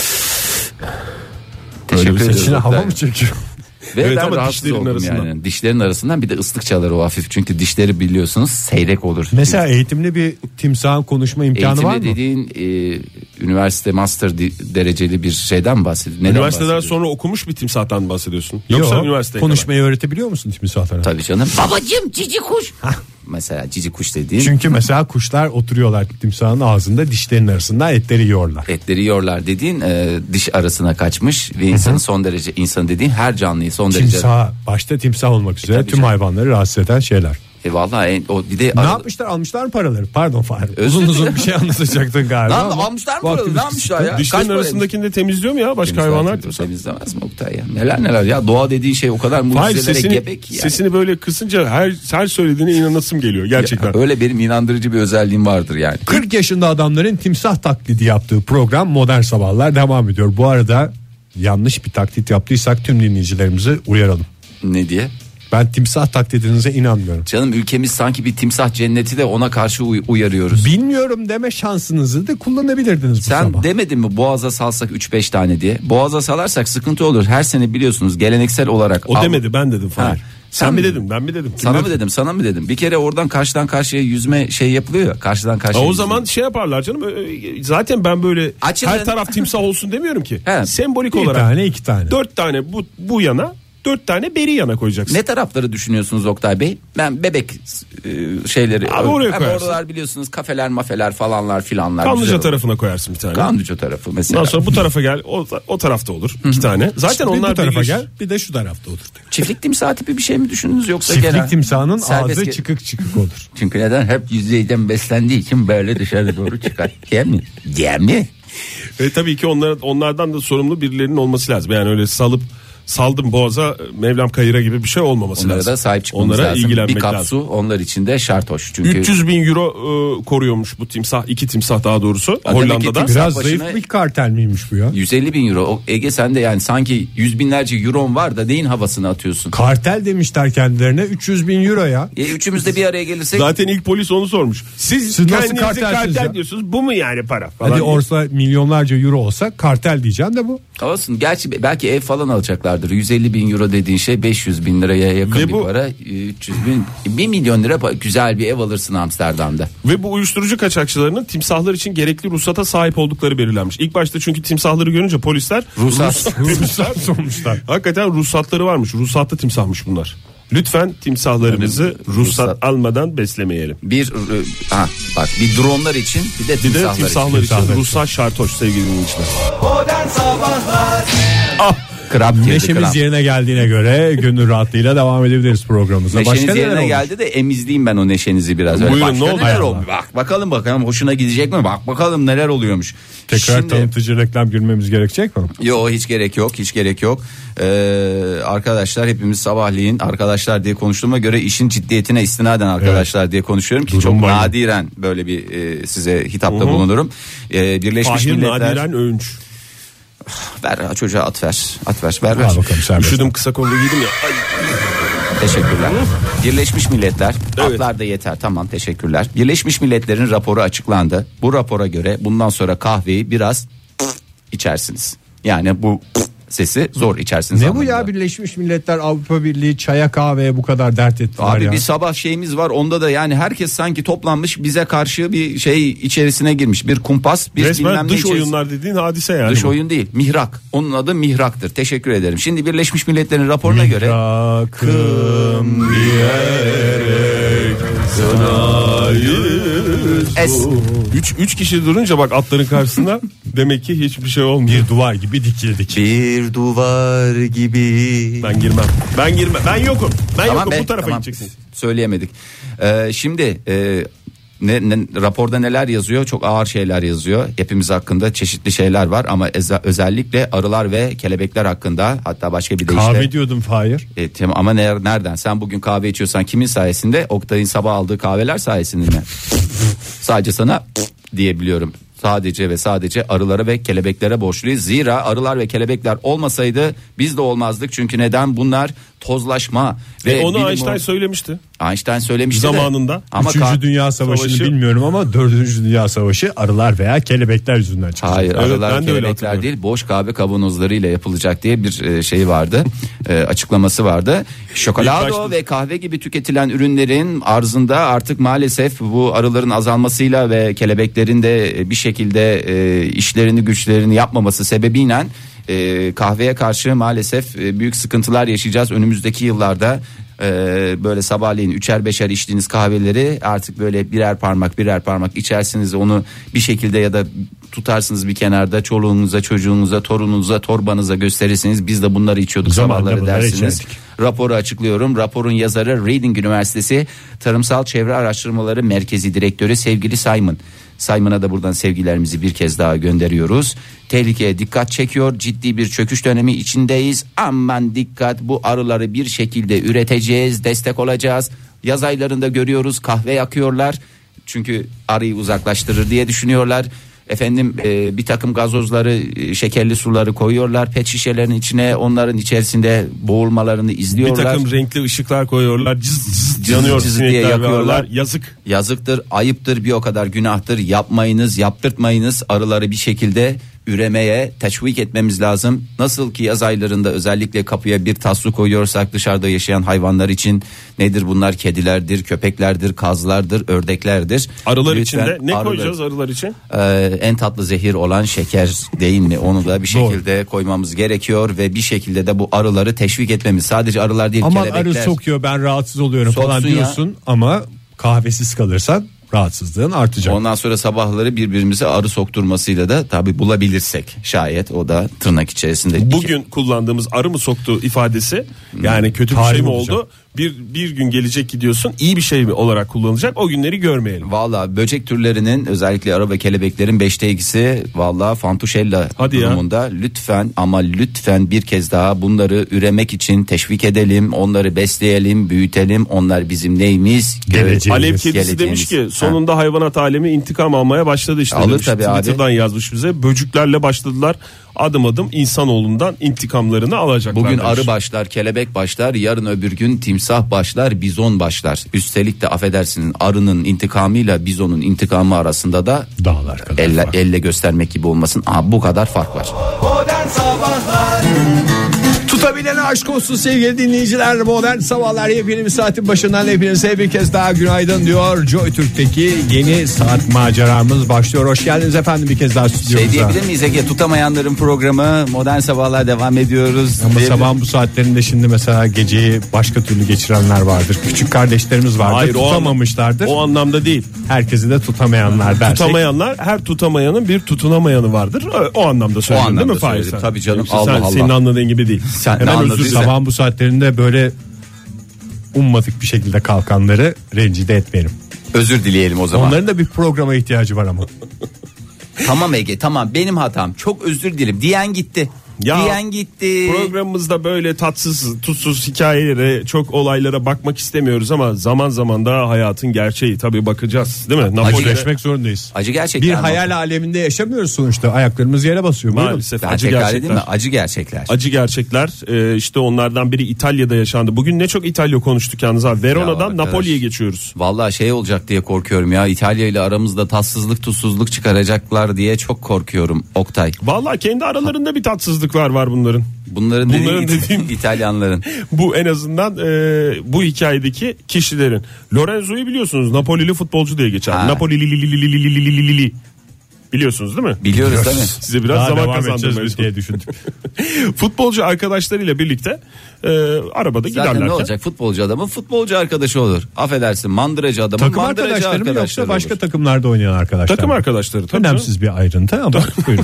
Teşekkür Öyle bir ederiz içine hava Oktay. mı çekiyor? Ve Evet, ben ama rahatsız dişlerin oldum arasından. yani. Dişlerin arasından bir de ıslık çalar o hafif. Çünkü dişleri biliyorsunuz seyrek olur. Mesela eğitimli bir timsahın konuşma imkanı var Eğitimli mı? dediğin e, üniversite master di- dereceli bir şeyden bahsediyor. Neden Üniversiteden bahsediyor? sonra okumuş bir timsahtan bahsediyorsun. Yoksa Yok, üniversiteye konuşmayı öğretebiliyor musun timsahlara? Tabii canım. Babacım cici kuş. Mesela cici kuş dediğin Çünkü mesela kuşlar oturuyorlar timsahın ağzında, dişlerin arasında etleri yiyorlar. etleri yiyorlar dediğin e, diş arasına kaçmış ve insanın son derece insan dediğin her canlıyı son derece. Timsah, başta timsah olmak üzere tabii tüm canım. hayvanları rahatsız eden şeyler. E vallahi en- o bir de Ne arada- yapmışlar? Almışlar mı paraları? Pardon Fahri. Özür Uzun uzun dilerim. bir şey anlatacaktın galiba. Lan ama almışlar mı vaktimiz paraları? Ne yapmışlar ya? Dişlerin Kaç para arasındakini de temizliyor mu ya başka Temizler, hayvanlar? temizler, temizlemez mi Oktay ya? Neler neler ya, doğa dediğin şey o kadar Hayır, mucizelere sesini, gebe ki yani. sesini böyle kısınca her her söylediğine inanasım geliyor gerçekten. Ya, öyle benim inandırıcı bir özelliğim vardır yani. kırk yaşında adamların timsah taklidi yaptığı program Modern Sabahlar devam ediyor. Bu arada yanlış bir taklit yaptıysak tüm dinleyicilerimizi uyaralım. Ne diye? Ben timsah taklidinize inanmıyorum. Canım ülkemiz sanki bir timsah cenneti de ona karşı uy- uyarıyoruz. Bilmiyorum deme şansınızı da kullanabilirdiniz bu Sen sabah. demedin mi boğaza salsak üç beş tane diye? Boğaza salarsak sıkıntı olur. Her sene biliyorsunuz geleneksel olarak. O Av- demedi, ben dedim falan. Ha, Sen, sen mi mi? dedin ben mi dedim? Kim Sana dedi? mı dedim sana mı dedim? Bir kere oradan karşıdan karşıya yüzme şey yapılıyor ya. Karşıdan Ha, karşıya o yüzme. zaman şey yaparlar canım. Ee, Zaten ben böyle Açılın. her taraf timsah olsun demiyorum ki. He. Sembolik Bir olarak. tane iki tane. Dört tane bu bu yana, dört tane beri yana koyacaksın. Ne tarafları düşünüyorsunuz Oktay Bey? Ben bebek e, şeyleri. Abi oraya Hem koyarsın. oralar biliyorsunuz kafeler mafeler falanlar filanlar. güzel Kanlıca olur. tarafına koyarsın bir tane. Kanlıca tarafı mesela. Ondan sonra bu tarafa gel. O, o tarafta olur. iki tane. Zaten Bir onlar bu tarafa birleşir. gel, bir de şu tarafta otur. Çiftlik timsahı tipi bir şey mi düşündünüz yoksa Çiftlik genel? timsahının Serbest ağzı ge- çıkık çıkık olur. Çünkü neden? Hep yüzeyden beslendiği için böyle dışarı doğru çıkar. Değil mi? Değil mi? E, tabii ki onlar, onlardan da sorumlu birilerinin olması lazım. Yani öyle salıp saldım boğaza Mevlam kayıra gibi bir şey olmaması Onlara lazım. da sahip çıkmamız Onlara lazım. ilgilenmek Bir kap lazım. su onlar için de şart hoş. Çünkü üç yüz bin euro e, koruyormuş bu timsah. iki timsah daha doğrusu. Ha, demek ki Hollanda'da. timsah- Biraz başına- zayıf bir kartel miymiş bu ya? yüz elli bin euro. O, Ege sen de yani sanki yüz binlerce euron var da neyin havasını atıyorsun? Kartel demişler kendilerine, üç yüz bin euro ya. E, üçümüz de bir araya gelirsek Zaten ilk polis onu sormuş. Siz, Siz nasıl kendinizi kartelsiniz kartel ya? diyorsunuz. Bu mu yani para falan. Hadi diye. orsa milyonlarca euro olsa kartel diyeceksin de bu. olsun. Gerçi belki ev falan alacaklardır. yüz elli bin euro dediğin şey beş yüz bin liraya yakın Ve bir bu- para. üç yüz bin, bir milyon lira pa- güzel bir ev alırsın Amsterdam'da. Ve bu uyuşturucu kaçakçılarının timsahlar için gerekli ruhsata sahip oldukları belirlenmiş. İlk başta çünkü timsahları görünce polisler Ruhsat. ruhsat sormuşlar. Hakikaten ruhsatları varmış. Ruhsatlı timsahmış bunlar. Lütfen timsahlarımızı Önemli. ruhsat, Ruhsat. almadan beslemeyelim. Bir e, ha bak bir dronlar için bir de Bir de timsahlar, timsahlar için, Timsahlar için. ruhsat şart hoş sevgili dinleyiciler. Modern Sabahlar Krab girdi, Neşemiz krab. yerine geldiğine göre gönül rahatlığıyla devam edebiliriz programımıza. Neşeniz Başka neler yerine olmuş? geldi de emizleyeyim ben o neşenizi biraz. Öyle Buyurun, başka ne oldu? neler Hay olmuş? Bak bakalım bakalım hoşuna gidecek mi? Bak bakalım neler oluyormuş. Tekrar Şimdi- tanıtıcı reklam girmemiz gerekecek mi? Yo hiç gerek yok hiç gerek yok. Ee, arkadaşlar hepimiz sabahleyin arkadaşlar diye konuştuğuma göre işin ciddiyetine istinaden arkadaşlar diye konuşuyorum ki Durum çok var. nadiren böyle bir e, size hitapta Hı hı. bulunurum. Ee, Birleşmiş Fahir Milletler Nadiren Öğünç. Ver çocuğa at ver. At ver ver ver. Al bakalım serbest. Üşüdüm, kısa kollu giydim ya. Ay. Teşekkürler. Birleşmiş Milletler, Evet. atlar da yeter, tamam, teşekkürler. Birleşmiş Milletler'in raporu açıklandı. Bu rapora göre bundan sonra kahveyi biraz içersiniz. Yani bu sesi zor içersiniz. Ne bu anlamında. ya, Birleşmiş Milletler Avrupa Birliği çaya kahveye bu kadar dert ettiler Abi ya. bir sabah şeyimiz var, onda da yani herkes sanki toplanmış bize karşı bir şey içerisine girmiş. Bir kumpas, bir bilmem Resmen ne dış içerisine. oyunlar dediğin hadise yani. Dış bu. oyun değil, mihrak. Onun adı mihraktır. Teşekkür ederim. Şimdi Birleşmiş Milletler'in raporuna göre Rakım diyerek es Üç, üç kişi durunca bak atların karşısında demek ki hiçbir şey olmuyor. bir duvar gibi dikildik. bir duvar gibi. Ben girmem. Ben girmem. Ben yokum. Ben Tamam yokum. be, Bu tarafa tamam. gideceksiniz. Söyleyemedik. Ee, şimdi e, ne, ne, raporda neler yazıyor? Çok ağır şeyler yazıyor. Hepimiz hakkında çeşitli şeyler var ama eze, özellikle arılar ve kelebekler hakkında, hatta başka bir de Kahve işte. diyordum Fahir. E, tem- ama ne, nereden? Sen bugün kahve içiyorsan kimin sayesinde? Oktay'ın sabah aldığı kahveler sayesinde mi? Sadece sana diyebiliyorum. Sadece ve sadece arılara ve kelebeklere borçluyuz. Zira arılar ve kelebekler olmasaydı biz de olmazdık. Çünkü neden? Bunlar tozlaşma ve E, onu bilim- Einstein söylemişti. Einstein söylemişti de. Zamanında. Ama Üçüncü ka- Dünya Savaşı'nı Savaşı- bilmiyorum ama Dördüncü Dünya Savaşı arılar veya kelebekler yüzünden çıktı. Hayır, Evet, arılar ben de öyle kelebekler hatırlıyorum. değil, boş kahve kavanozlarıyla yapılacak diye bir e, şey vardı. E, açıklaması vardı. İlk Şokolado başta- ve kahve gibi tüketilen ürünlerin arzında artık maalesef bu arıların azalmasıyla ve kelebeklerin de e, bir şekilde e, işlerini güçlerini yapmaması sebebiyle e, kahveye karşı maalesef e, büyük sıkıntılar yaşayacağız önümüzdeki yıllarda. Ee, böyle sabahleyin üçer beşer içtiğiniz kahveleri artık böyle birer parmak birer parmak içersiniz, onu bir şekilde ya da tutarsınız bir kenarda, çoluğunuza, çocuğunuza, torununuza, torbanıza gösterirsiniz. Biz de bunları içiyorduk Zamanında sabahları bunları dersiniz. içerdik. Raporu açıklıyorum. Raporun yazarı Reading Üniversitesi Tarımsal Çevre Araştırmaları Merkezi Direktörü sevgili Simon. Simon'a da buradan sevgilerimizi bir kez daha gönderiyoruz. Tehlikeye dikkat çekiyor. Ciddi bir çöküş dönemi içindeyiz. Aman dikkat, bu arıları bir şekilde üreteceğiz, destek olacağız. Yaz aylarında görüyoruz, kahve yakıyorlar. Çünkü arıyı uzaklaştırır diye düşünüyorlar. Efendim e, bir takım gazozları, e, şekerli suları koyuyorlar pet şişelerin içine, onların içerisinde boğulmalarını Bir izliyorlar. takım renkli ışıklar koyuyorlar. Cız cız Cız yanıyor cız diye sinekler ve yakıyorlar. arılar. Yazık. Yazıktır, ayıptır, bir o kadar günahtır. Yapmayınız, yaptırtmayınız. Arıları bir şekilde üremeye teşvik etmemiz lazım. Nasıl ki yaz aylarında özellikle kapıya bir tas su koyuyorsak dışarıda yaşayan hayvanlar için, nedir bunlar? Kedilerdir, köpeklerdir, kazlardır, ördeklerdir. Arılar Lütfen içinde ne arılar- koyacağız arılar için? Ee, en tatlı zehir olan şeker değil mi? Onu da bir şekilde koymamız gerekiyor ve bir şekilde de bu arıları teşvik etmemiz. Sadece arılar değil, Aman kelebekler. arı sokuyor, ben rahatsız oluyorum Soksun falan ya. diyorsun ama kahvesiz kalırsan rahatsızlığın artacak. Ondan sonra sabahları birbirimize arı sokturmasıyla da tabi bulabilirsek şayet, o da tırnak içerisinde. Bugün kullandığımız arı mı soktu ifadesi yani kötü bir Tarih şey mi olacak. oldu? Bir bir gün gelecek gidiyorsun, iyi bir şey mi olarak kullanılacak? O günleri görmeyelim. Valla böcek türlerinin, özellikle arı ve kelebeklerin beşte ikisi valla fantuşella Hadi ya. durumunda. Lütfen ama lütfen bir kez daha bunları üremek için teşvik edelim. Onları besleyelim, büyütelim. Onlar bizim neyimiz? Geleceğimiz. Alev kedisi Geleceğimiz. demiş ki Ha. sonunda hayvanat alemi intikam almaya başladı işte. Alır demiş. tabii abi. Twitter'dan yazmış bize. Böcüklerle başladılar. Adım adım insanoğlundan intikamlarını alacaklar. Bugün demiş. arı başlar, kelebek başlar, yarın öbür gün timsah başlar, bizon başlar. Üstelik de affedersiniz, arının intikamıyla bizonun intikamı arasında da Dağlar kadar elle, fark. elle göstermek gibi olmasın. Aha, bu kadar fark var. Modern Sabahlar Tutabilene aşk olsun sevgili dinleyiciler. Modern sabahlar yepyeni bir saatin başından hepinize bir kez daha günaydın diyor. Joy Türk'teki yeni saat maceramız başlıyor. Hoş geldiniz efendim bir kez daha stüdyomuza. Şey diyebilir miyiz Ege, tutamayanların programı Modern Sabahlar devam ediyoruz. Ama Diyebilir- sabahın bu saatlerinde şimdi mesela geceyi başka türlü geçirenler vardır. Küçük kardeşlerimiz vardır. Hayır, o an- tutamamışlardır. O anlamda değil. Herkesi de tutamayanlar dersek. Tutamayanlar, her tutamayanın bir tutunamayanı vardır. O, o anlamda söyledim anlamda değil mi Fahir söyledim. sen? Tabii canım, Yoksa Allah sen, Allah. Senin anladığın gibi değil. Sen ne Hemen özür anladıysan- dilerim. Sabahın bu saatlerinde böyle ummadık bir şekilde kalkanları rencide etmeyelim. Özür dileyelim o zaman. Onların da bir programa ihtiyacı var ama. Tamam Ege, tamam, benim hatam, çok özür dilerim diyen gitti. Ya, diyen gitti. Programımızda böyle tatsız tutsuz hikayelere, çok olaylara bakmak istemiyoruz ama zaman zaman da hayatın gerçeği tabii bakacağız, değil mi? Napoli'de Acıleşmek zorundayız. Acı gerçekler. Bir hayal aleminde yaşamıyoruz sonuçta. Ayaklarımız yere basıyor. maalesef Ben acı tekrar gerçekler. edeyim mi? Acı gerçekler. Acı gerçekler e, işte onlardan biri İtalya'da yaşandı. Bugün ne çok İtalya konuştuk yalnız abi. Verona'dan arkadaş. Napoli'ye geçiyoruz. Vallahi şey olacak diye korkuyorum ya. İtalya ile aramızda tatsızlık tuzsuzluk çıkaracaklar diye çok korkuyorum Oktay. Vallahi kendi aralarında bir tatsızlıklar var bunların. Bunların, Bunların dediği dediğim- İtalyanların. Bu en azından e, bu hikayedeki kişilerin. Lorenzo'yu biliyorsunuz, Napolili futbolcu diye geçer. Ha. Napoli li li li li li li li li li li. Biliyorsunuz değil mi? Biliyoruz değil mi? Size biraz Daha zaman devam kazandırmaya edeceğiz diye düşündük. Futbolcu arkadaşlarıyla birlikte e, arabada Zaten giderlerken. ne olacak? Futbolcu adamın futbolcu arkadaşı olur. Affedersin, mandıracı adamın Takım mandıracı arkadaşları mı arkadaşları yoksa başka olur. takımlarda oynayan arkadaşlar Takım mı? arkadaşları tabii. Önemsiz bir ayrıntı ama buyurun.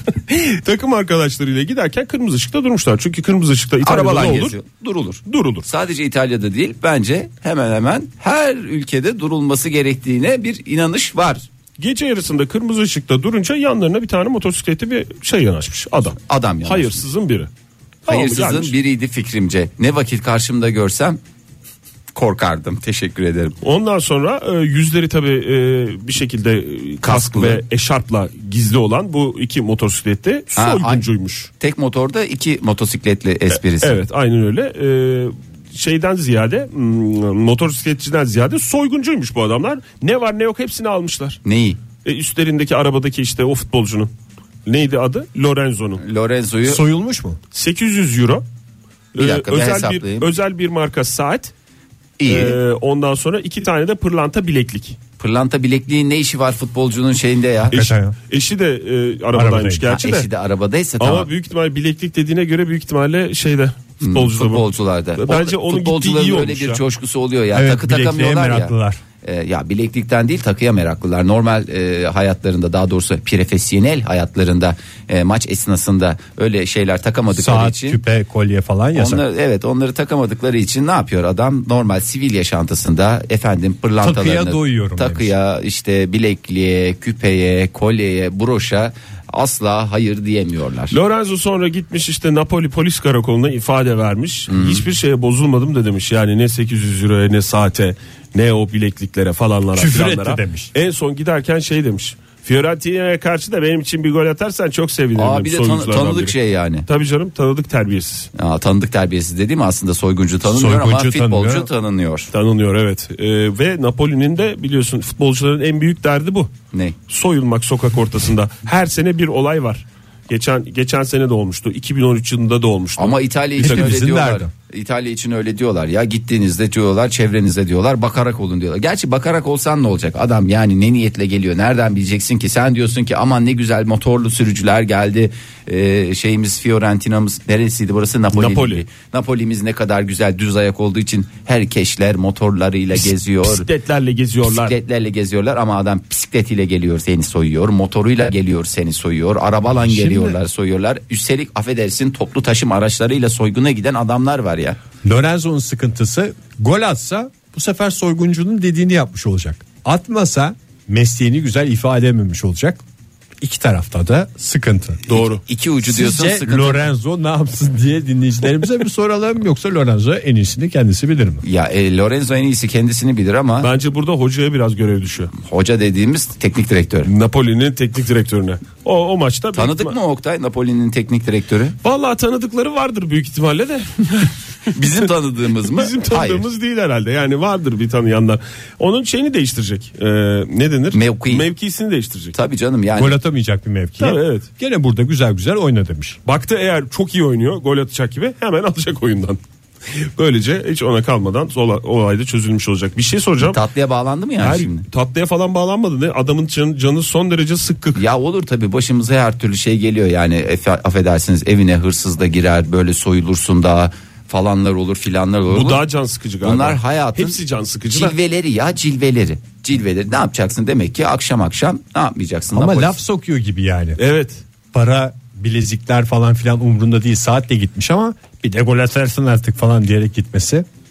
Takım arkadaşlarıyla giderken kırmızı ışıkta durmuşlar. Çünkü kırmızı ışıkta İtalya'da Arabalar ne olur? geziyor. Durulur. Durulur. Sadece İtalya'da değil, bence hemen hemen her ülkede durulması gerektiğine bir inanış var. Gece yarısında kırmızı ışıkta durunca yanlarına bir tane motosikletli bir şey yanaşmış adam. Adam yanaşmış. Hayırsızın biri. Tamam mı? Hayırsızın Gelmiş. biriydi fikrimce. Ne vakit karşımda görsem korkardım. Teşekkür ederim. Ondan sonra e, yüzleri tabii e, bir şekilde e, kask Kasklı. ve eşarpla gizli olan bu iki motosikletli Ha, soyguncuymuş. Tek motorda iki motosikletli esprisi. Evet, aynen öyle. E, şeyden ziyade m, motosikletçiden ziyade soyguncuymuş bu adamlar. Ne var ne yok hepsini almışlar. Neyi? E, üstlerindeki arabadaki işte o futbolcunun. Neydi adı? Lorenzo'nun. Lorenzo'yu Soyulmuş mu? sekiz yüz euro. Bir dakika, e, bir özel hesaplayayım. bir özel bir marka saat. iyi. E, ondan sonra iki tane de pırlanta bileklik. Pırlanta bilekliğin ne işi var futbolcunun şeyinde ya? Eş, ya. eşi de e, arabadaymış Arabadaydı. gerçi Ha, de. eşi de arabadaysa Ama tamam. büyük ihtimal bileklik dediğine göre büyük ihtimalle şeyde futbolcuda bu. Futbolcularda. Bence O- onun gittiği futbolcuların iyi öyle olmuş bir ya. coşkusu oluyor ya. Evet, Takı bilekliğe takamıyorlar meraklılar. ya. Ee, ya bileklikten değil, takıya meraklılar. Normal e, hayatlarında, daha doğrusu profesyonel hayatlarında e, maç esnasında öyle şeyler takamadıkları Saat, için. küpe, kolye falan yasak. Onlar, evet, onları takamadıkları için ne yapıyor adam? Normal sivil yaşantısında efendim pırlantalarını Takıya doyuyorum takıya, işte bilekliğe, küpeye, kolyeye, broşa asla hayır diyemiyorlar. Lorenzo sonra gitmiş işte Napoli polis karakoluna ifade vermiş. Hiçbir şeye bozulmadım da demiş. Yani ne sekiz yüz euroya ne saate ne o bilekliklere falanlara Küfür filanlara. etti demiş. En son giderken şey demiş. Fiorentina'ya karşı da benim için bir gol atarsan çok sevinirim. Aa, demiş bir de tanı- soyunculardan tanıdık biri. şey yani. Tabii canım, tanıdık terbiyesiz. Aa, tanıdık terbiyesiz dediğim aslında soyguncu tanınmıyor ama Soyguncu futbolcu tanınıyor. tanınıyor. Tanınıyor evet. Ee, ve Napoli'nin de biliyorsun futbolcuların en büyük derdi bu. Ne? Soyulmak sokak ortasında. Her sene bir olay var. Geçen geçen sene de olmuştu. iki bin on üç yılında da olmuştu. Ama İtalya için öyle Hepimizin diyorlar. derdi. İtalya için öyle diyorlar. Ya gittiğinizde diyorlar, çevrenizde diyorlar, bakarak olun diyorlar. Gerçi bakarak olsan ne olacak? Adam yani ne niyetle geliyor? Nereden bileceksin ki? Sen diyorsun ki aman ne güzel motorlu sürücüler geldi. Ee, şeyimiz Fiorentina'mız neresiydi burası? Napoli. Napoli. Napoli'miz ne kadar güzel düz ayak olduğu için herkeşler motorlarıyla geziyor. Bisikletlerle geziyorlar. Bisikletlerle geziyorlar ama adam bisikletiyle geliyor seni soyuyor, motoruyla geliyor seni soyuyor, arabalan geliyorlar soyuyorlar. Üstelik affedersin toplu taşıma araçlarıyla soyguna giden adamlar var ya. Lorenzo'nun sıkıntısı gol atsa bu sefer soyguncunun dediğini yapmış olacak. Atmasa mesleğini güzel ifade edememiş olacak. İki tarafta da sıkıntı. Doğru. İki ucu diyorsun Sizce sıkıntı. Lorenzo ne yapsın diye dinleyicilerimize bir soralım, yoksa Lorenzo en iyisini kendisi bilir mi? Ya e, Lorenzo en iyisi kendisini bilir ama Bence burada hocaya biraz görev düşüyor. hoca dediğimiz teknik direktör. Napoli'nin teknik direktörüne. O, o maçta Tanıdık mı Oktay Napoli'nin teknik direktörü? Vallahi tanıdıkları vardır büyük ihtimalle de. Bizim tanıdığımız mı? Bizim tanıdığımız Hayır. değil herhalde. Yani vardır bir tanıyanlar. Onun şeyini değiştirecek. Ee, ne denir? Mevki. Mevkisini değiştirecek. Tabii canım yani. Gol atamayacak bir mevkiye. Tabii, evet. Gene burada güzel güzel oyna demiş. Baktı eğer çok iyi oynuyor, gol atacak gibi, hemen alacak oyundan. Böylece hiç ona kalmadan olay da çözülmüş olacak. Bir şey soracağım. Tatlıya bağlandı mı yani Her, şimdi? tatlıya falan bağlanmadı ne? Adamın canı, canı son derece sıkkık. Ya olur tabii, başımıza her türlü şey geliyor yani. Efe, affedersiniz, evine hırsız da girer, böyle soyulursun da falanlar olur filanlar olur. Bu daha can sıkıcı galiba. Bunlar hayatın Hepsi can sıkıcı da. cilveleri ya, cilveleri. Cilveleri ne yapacaksın demek ki akşam akşam ne yapmayacaksın? Ama Napoli. laf sokuyor gibi yani. Evet. Para, bilezikler falan filan umrunda değil, saatle gitmiş ama bir de gol atarsın artık falan diyerek gitmesi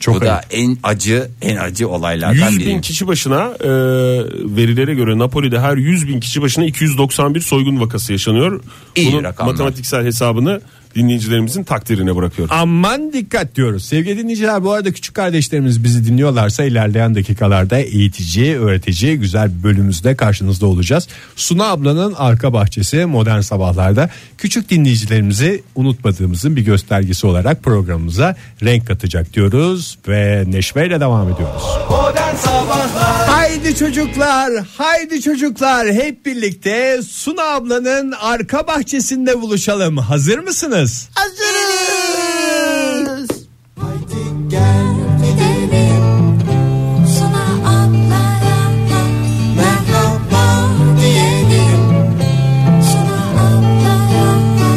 Çok Bu da ayıp. en acı en acı olaylardan yüz biri. bin kişi başına e, verilere göre Napoli'de her yüz bin kişi başına iki yüz doksan bir soygun vakası yaşanıyor. İyi Bunun rakamlar. matematiksel hesabını dinleyicilerimizin takdirine bırakıyorum. Aman dikkat diyoruz. Sevgili dinleyiciler, bu arada küçük kardeşlerimiz bizi dinliyorlarsa ilerleyen dakikalarda eğitici, öğretici güzel bir bölümümüzde karşınızda olacağız. Suna ablanın arka bahçesi Modern Sabahlar'da küçük dinleyicilerimizi unutmadığımızın bir göstergesi olarak programımıza renk katacak diyoruz ve neşveyle devam ediyoruz. Modern Sabahlar Haydi çocuklar, haydi çocuklar, hep birlikte Suna ablanın arka bahçesinde buluşalım. Hazır mısınız? Hazırız. Haydi gel Gidelim Suna ablaya merhaba diyelim. Suna ablaya.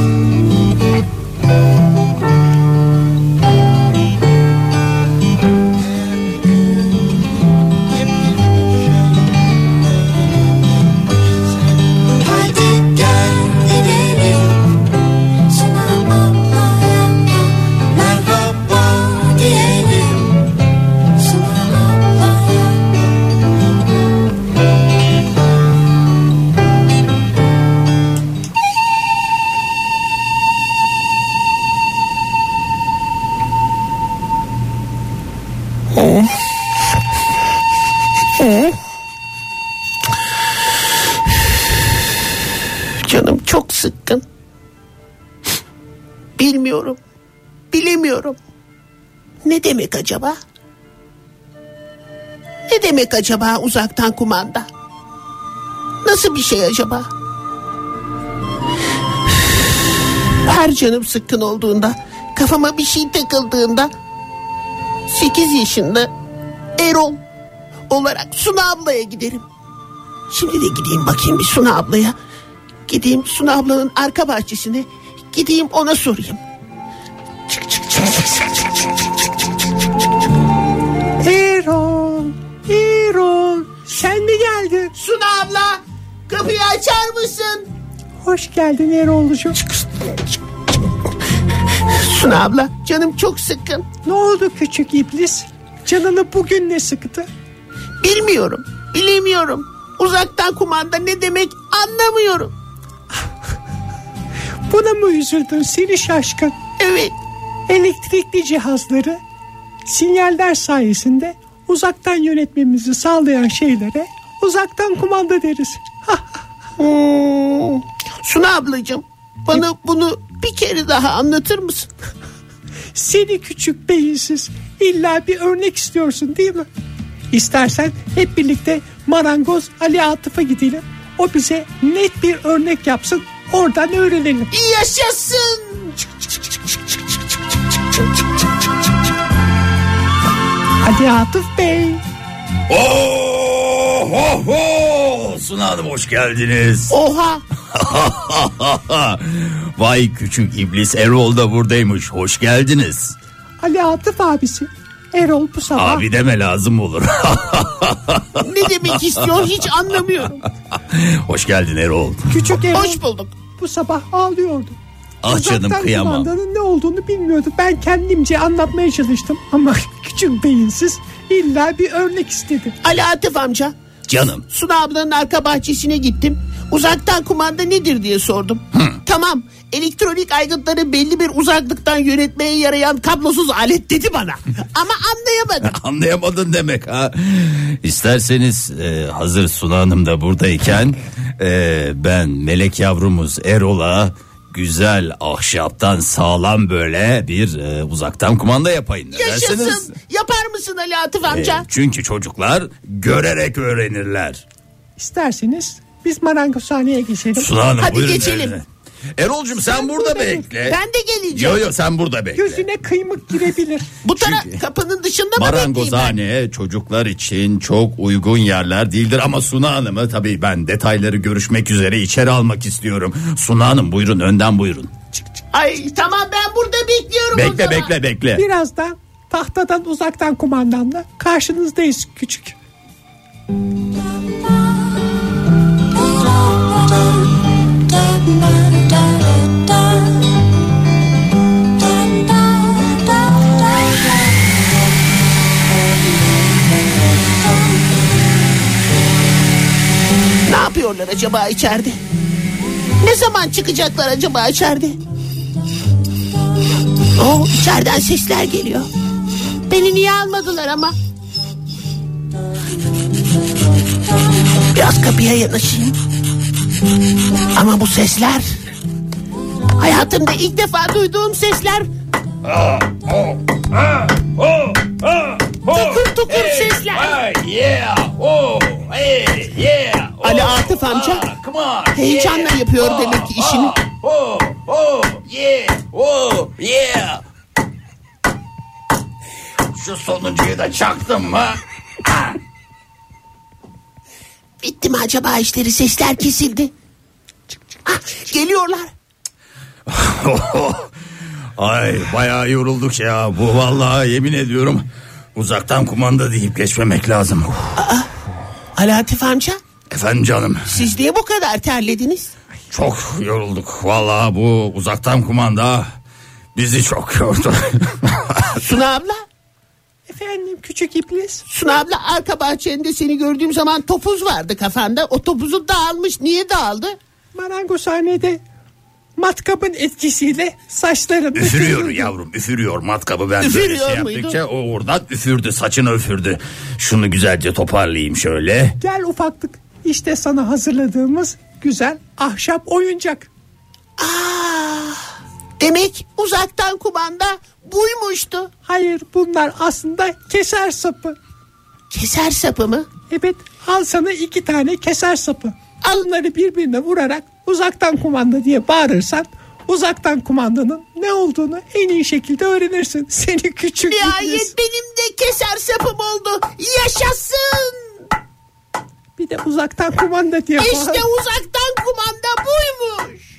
Haydi gel gidelim Suna ablaya merhaba diyelim. Suna ablaya. Canım çok sıkkın. Bilmiyorum. Bilemiyorum. Ne demek acaba? Ne demek acaba uzaktan kumanda? Nasıl bir şey acaba? Her canım sıkkın olduğunda, kafama bir şey takıldığında sekiz yaşında Erol olarak Suna ablaya giderim. Şimdi de gideyim bakayım bir Suna ablaya. Gideyim Suna ablanın arka bahçesine. Gideyim ona sorayım. Çık çık çık çık çık çık çık çık çık çık çık. Erol, Erol, sen mi geldin? Suna abla, kapıyı açar mısın? Hoş geldin Erol'cum. Suna abla, canım çok sıkkın. Ne oldu küçük iblis? Canını bugün ne sıktı? Bilmiyorum, bilemiyorum. Uzaktan kumanda ne demek anlamıyorum. Buna mı üzüldün seni şaşkın? Evet, Elektrikli cihazları sinyaller sayesinde uzaktan yönetmemizi sağlayan şeylere uzaktan kumanda deriz. hmm. Suna ablacığım, bana bunu bir kere daha anlatır mısın? Seni küçük beyinsiz, illa bir örnek istiyorsun değil mi? İstersen hep birlikte marangoz Ali Atıf'a gidelim. O bize net bir örnek yapsın. Oradan öğrenelim. Yaşasın. Ali Atıf Bey. Oh, oh, oh. Suna Hanım hoş geldiniz. Oha. Vay küçük iblis Erol da buradaymış. Hoş geldiniz. Ali Atıf abisi. Erol bu sabah. Abi deme lazım olur. Ne demek istiyor hiç anlamıyorum. Hoş geldin Erol. Küçük Erol Hoş bulduk. bu sabah ağlıyordu. Ah canım Uzaktan kıyamam. kumandanın ne olduğunu bilmiyordu. Ben kendimce anlatmaya çalıştım. Ama küçük beyinsiz illa bir örnek istedi. Ali Atıf amca. Canım. Suna ablanın arka bahçesine gittim. Uzaktan kumanda nedir diye sordum. Tamam, elektronik aygıtları belli bir uzaklıktan yönetmeye yarayan kablosuz alet dedi bana. Ama anlayamadım. Anlayamadın demek ha. İsterseniz e, hazır Suna Hanım da buradayken e, ben melek yavrumuz Erol'a güzel ahşaptan sağlam böyle bir e, uzaktan kumanda yapayım. Ne dersiniz? Yaşasın. Yapar mısın Ali Atıf amca? E, çünkü çocuklar görerek öğrenirler. İsterseniz biz marangozhaneye geçelim. Suna Hanım Hadi buyurun. geçelim. Evine. Erol'cum sen, Sen burada burada bekle. Ben de geleceğim. Yo yo sen burada bekle. Gözüne kıymık girebilir. Bu tara Çünkü- kapının dışında mı bekleyeyim ben? Marangozhane çocuklar için çok uygun yerler değildir ama Suna Hanım'ı tabii ben detayları görüşmek üzere içeri almak istiyorum. Suna Hanım buyurun önden buyurun. Ay tamam, ben burada bekliyorum o Bekle zaman. bekle bekle. Birazdan tahtadan uzaktan kumandanla karşınızdayız küçük. yapıyorlar acaba içeride? Ne zaman çıkacaklar acaba içeride? Oo, içeriden sesler geliyor. Beni niye almadılar ama? Biraz kapıya yanaşayım. Ama bu sesler... hayatımda ilk defa duyduğum sesler... Tukur tukur sesler. Ali Atıf amca heyecanla yapıyor demek ki işini. Şu sonuncuyu da çaktım mı? Bitti mi acaba işleri, sesler kesildi. Ah, geliyorlar. Ay bayağı yorulduk ya. Bu vallahi yemin ediyorum uzaktan kumanda deyip geçmemek lazım. Aa, Ali Atıf amca. Efendim canım. Siz niye bu kadar terlediniz? Çok yorulduk. Vallahi bu uzaktan kumanda bizi çok yordu. Suna abla. Efendim küçük iblis. Suna abla, arka bahçende seni gördüğüm zaman topuz vardı kafanda. O topuzun dağılmış. Niye dağıldı? Marangozhanede matkabın etkisiyle saçlarım Üfürüyor yavrum, üfürüyor matkabı. Ben Üfürüyor böyle şey muydu? yaptıkça o oradan üfürdü, saçını üfürdü. Şunu güzelce toparlayayım şöyle. Gel ufaklık, işte sana hazırladığımız güzel ahşap oyuncak. Aa, demek uzaktan kumanda buymuştu. Hayır, bunlar aslında keser sapı. Keser sapı mı? Evet, al sana iki tane keser sapı. Alınları birbirine vurarak uzaktan kumanda diye bağırırsan uzaktan kumandanın ne olduğunu en iyi şekilde öğrenirsin. Seni küçük iblis. Nihayet benim de keser sapım oldu. Yaşasın. Bir de uzaktan kumanda diye bağır. İşte uzaktan kumanda buymuş.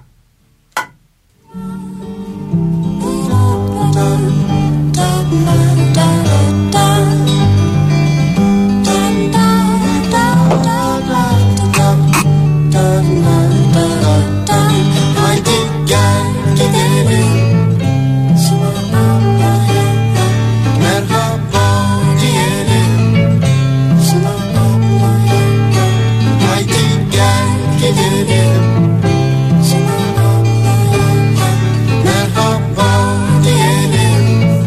Haydi gel gidelim, merhaba diyelim. Haydi gel gidelim, merhaba diyelim.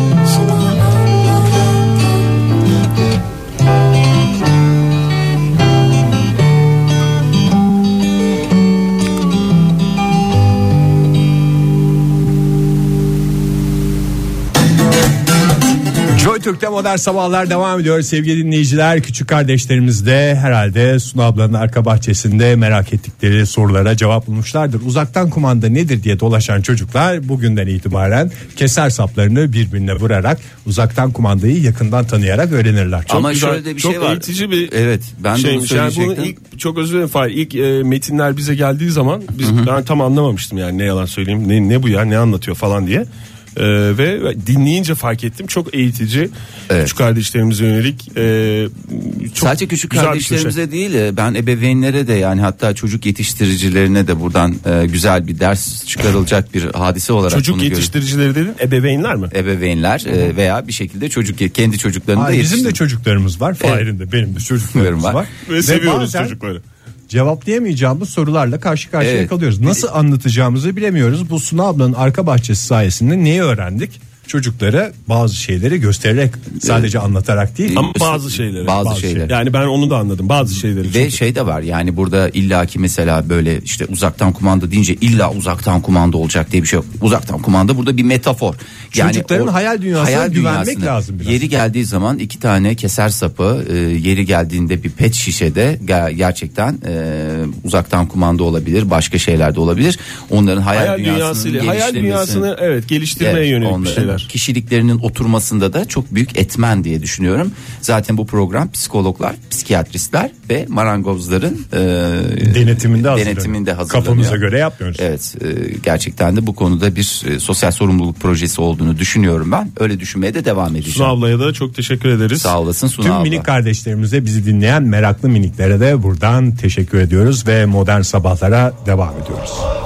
Joy Türk'te Modern Sabahlar devam ediyor sevgili dinleyiciler. Küçük kardeşlerimiz de herhalde Suna ablanın arka bahçesinde merak ettikleri sorulara cevap bulmuşlardır. Uzaktan kumanda nedir diye dolaşan çocuklar bugünden itibaren keser saplarını birbirine vurarak uzaktan kumandayı yakından tanıyarak öğrenirler. Çok Ama güzel, şöyle de bir çok şey var. eğitici bir Evet, ben de onu şeymiş. Yani söyleyecektim. bunu ilk, çok özür dilerim Fahir. İlk e, metinler bize geldiği zaman biz, ben tam anlamamıştım yani, ne yalan söyleyeyim, ne, ne bu ya, ne anlatıyor falan diye. Ee, ve dinleyince fark ettim, çok eğitici, Evet. küçük kardeşlerimize yönelik e, çok Sadece küçük güzel bir kardeşlerimize köşe. değil, e, ben ebeveynlere de, yani hatta çocuk yetiştiricilerine de buradan e, güzel bir ders çıkarılacak bir hadise olarak Çocuk bunu görüyorum. yetiştiricileri dedin, ebeveynler mi? Ebeveynler e, veya bir şekilde çocuk kendi çocuklarını Aa, da bizim yetiştirin. de çocuklarımız var. Fahir'in de benim de çocuklarımız Var. var. Ve seviyoruz bazen çocukları. cevaplayamayacağımız sorularla karşı karşıya Evet. kalıyoruz. Nasıl anlatacağımızı bilemiyoruz. Bu Suna ablanın arka bahçesi sayesinde neyi öğrendik? Çocuklara bazı şeyleri göstererek, sadece anlatarak değil. Ama bazı şeyleri. Bazı, Bazı şeyler. Yani ben onu da anladım, bazı şeyleri. Ve Çünkü şey de var, yani burada illaki mesela böyle işte uzaktan kumanda deyince illa uzaktan kumanda olacak diye bir şey yok. Uzaktan kumanda burada bir metafor. Yani Çocukların hayal dünyasına güvenmek lazım biraz. Yeri geldiği zaman iki tane keser sapı, e, yeri geldiğinde bir pet şişede ge- gerçekten e, uzaktan kumanda olabilir, başka şeyler de olabilir. Onların hayal, hayal dünyasının dünyasıyla, hayal geliştirmesini- dünyasını evet geliştirmeye Evet, yönelik bir onların şeyler. kişiliklerinin oturmasında da çok büyük etmen diye düşünüyorum. Zaten bu program psikologlar, psikiyatristler ve marangozların e, Denetiminde hazırlanıyor. denetiminde hazırlanıyor. Kafamıza göre yapmıyoruz. Evet, e, gerçekten de bu konuda bir e, sosyal sorumluluk projesi olduğunu düşünüyorum ben. Öyle düşünmeye de devam edeceğim. Suna ablaya da çok teşekkür ederiz. Sağ olasın Suna Tüm abla. minik kardeşlerimize, bizi dinleyen meraklı miniklere de buradan teşekkür ediyoruz ve modern sabahlara devam ediyoruz. Modern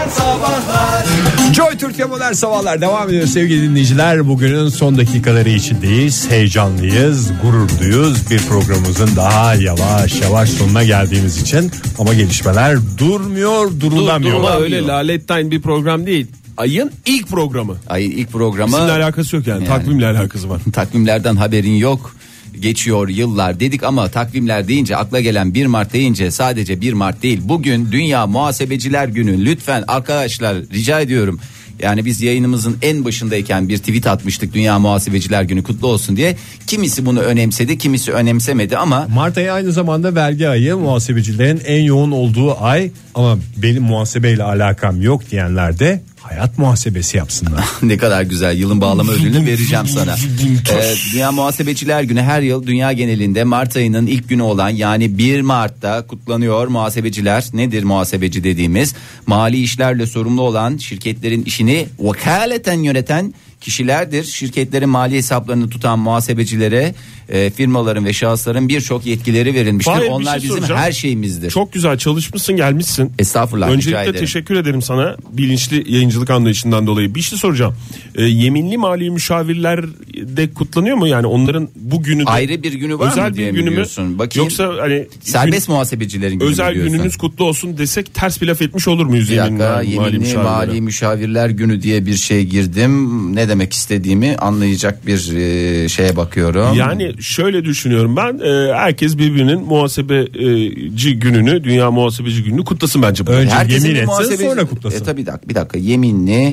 Sabahlar Joy Türkiye Modern Sabahlar devam ediyor sevgili dinleyiciler. Bugünün son dakikaları içindeyiz. Heyecanlıyız, gururluyuz. Bir programımızın daha yavaş yavaş sonuna geldiğimiz için. Ama gelişmeler durmuyor, durulamıyor. Ama öyle lalettayn bir program değil. Ayın ilk programı. Ayın ilk programı. Sizinle alakası yok yani. Yani. Takvimle alakası var. Takvimlerden haberin yok. Geçiyor yıllar dedik ama takvimler deyince akla gelen bir Mart deyince sadece bir Mart değil. Bugün Dünya Muhasebeciler Günü. Lütfen arkadaşlar rica ediyorum. Yani biz yayınımızın en başındayken bir tweet atmıştık, Dünya Muhasebeciler Günü kutlu olsun diye. Kimisi bunu önemsedi, kimisi önemsemedi ama Mart ayı aynı zamanda vergi ayı, muhasebecilerin en yoğun olduğu ay. Ama benim muhasebeyle alakam yok diyenler de hayat muhasebesi yapsınlar. ne kadar güzel, yılın bağlama ödülünü vereceğim sana. Ee, Dünya Muhasebeciler Günü her yıl dünya genelinde Mart ayının ilk günü olan yani bir Mart'ta kutlanıyor. Muhasebeciler nedir muhasebeci dediğimiz? Mali işlerle sorumlu olan, şirketlerin işini vakaleten yöneten kişilerdir. Şirketlerin mali hesaplarını tutan muhasebecilere e, firmaların ve şahısların birçok yetkileri verilmiştir. Hayır, bir Onlar şey bizim soracağım. her şeyimizdir. Çok güzel çalışmışsın, gelmişsin. Estağfurullah, rica Öncelikle ederim. teşekkür ederim sana bilinçli yayıncılık anlayışından dolayı. Bir şey soracağım. E, yeminli mali müşavirler de kutlanıyor mu? Yani onların bu günü de Ayrı bir günü var özel mı diye bir mi günü mü? diyorsun? Bakayım. Yoksa hani Serbest gün- muhasebecilerin günü özel mü diyorsun? gününüz kutlu olsun desek ters bir laf etmiş olur muyuz? Bir yeminli dakika, mali, yeminli müşavirlere? mali müşavirler günü diye bir şey girdim. Ne demek istediğimi anlayacak bir e, şeye bakıyorum. Yani şöyle düşünüyorum ben, e, herkes birbirinin muhasebeci gününü, Dünya Muhasebeci gününü kutlasın bence. bu. Önce Herkesin yemin bir etsin, muhasebeci- sonra kutlasın. E, tabii bir dakika, bir dakika. Yeminli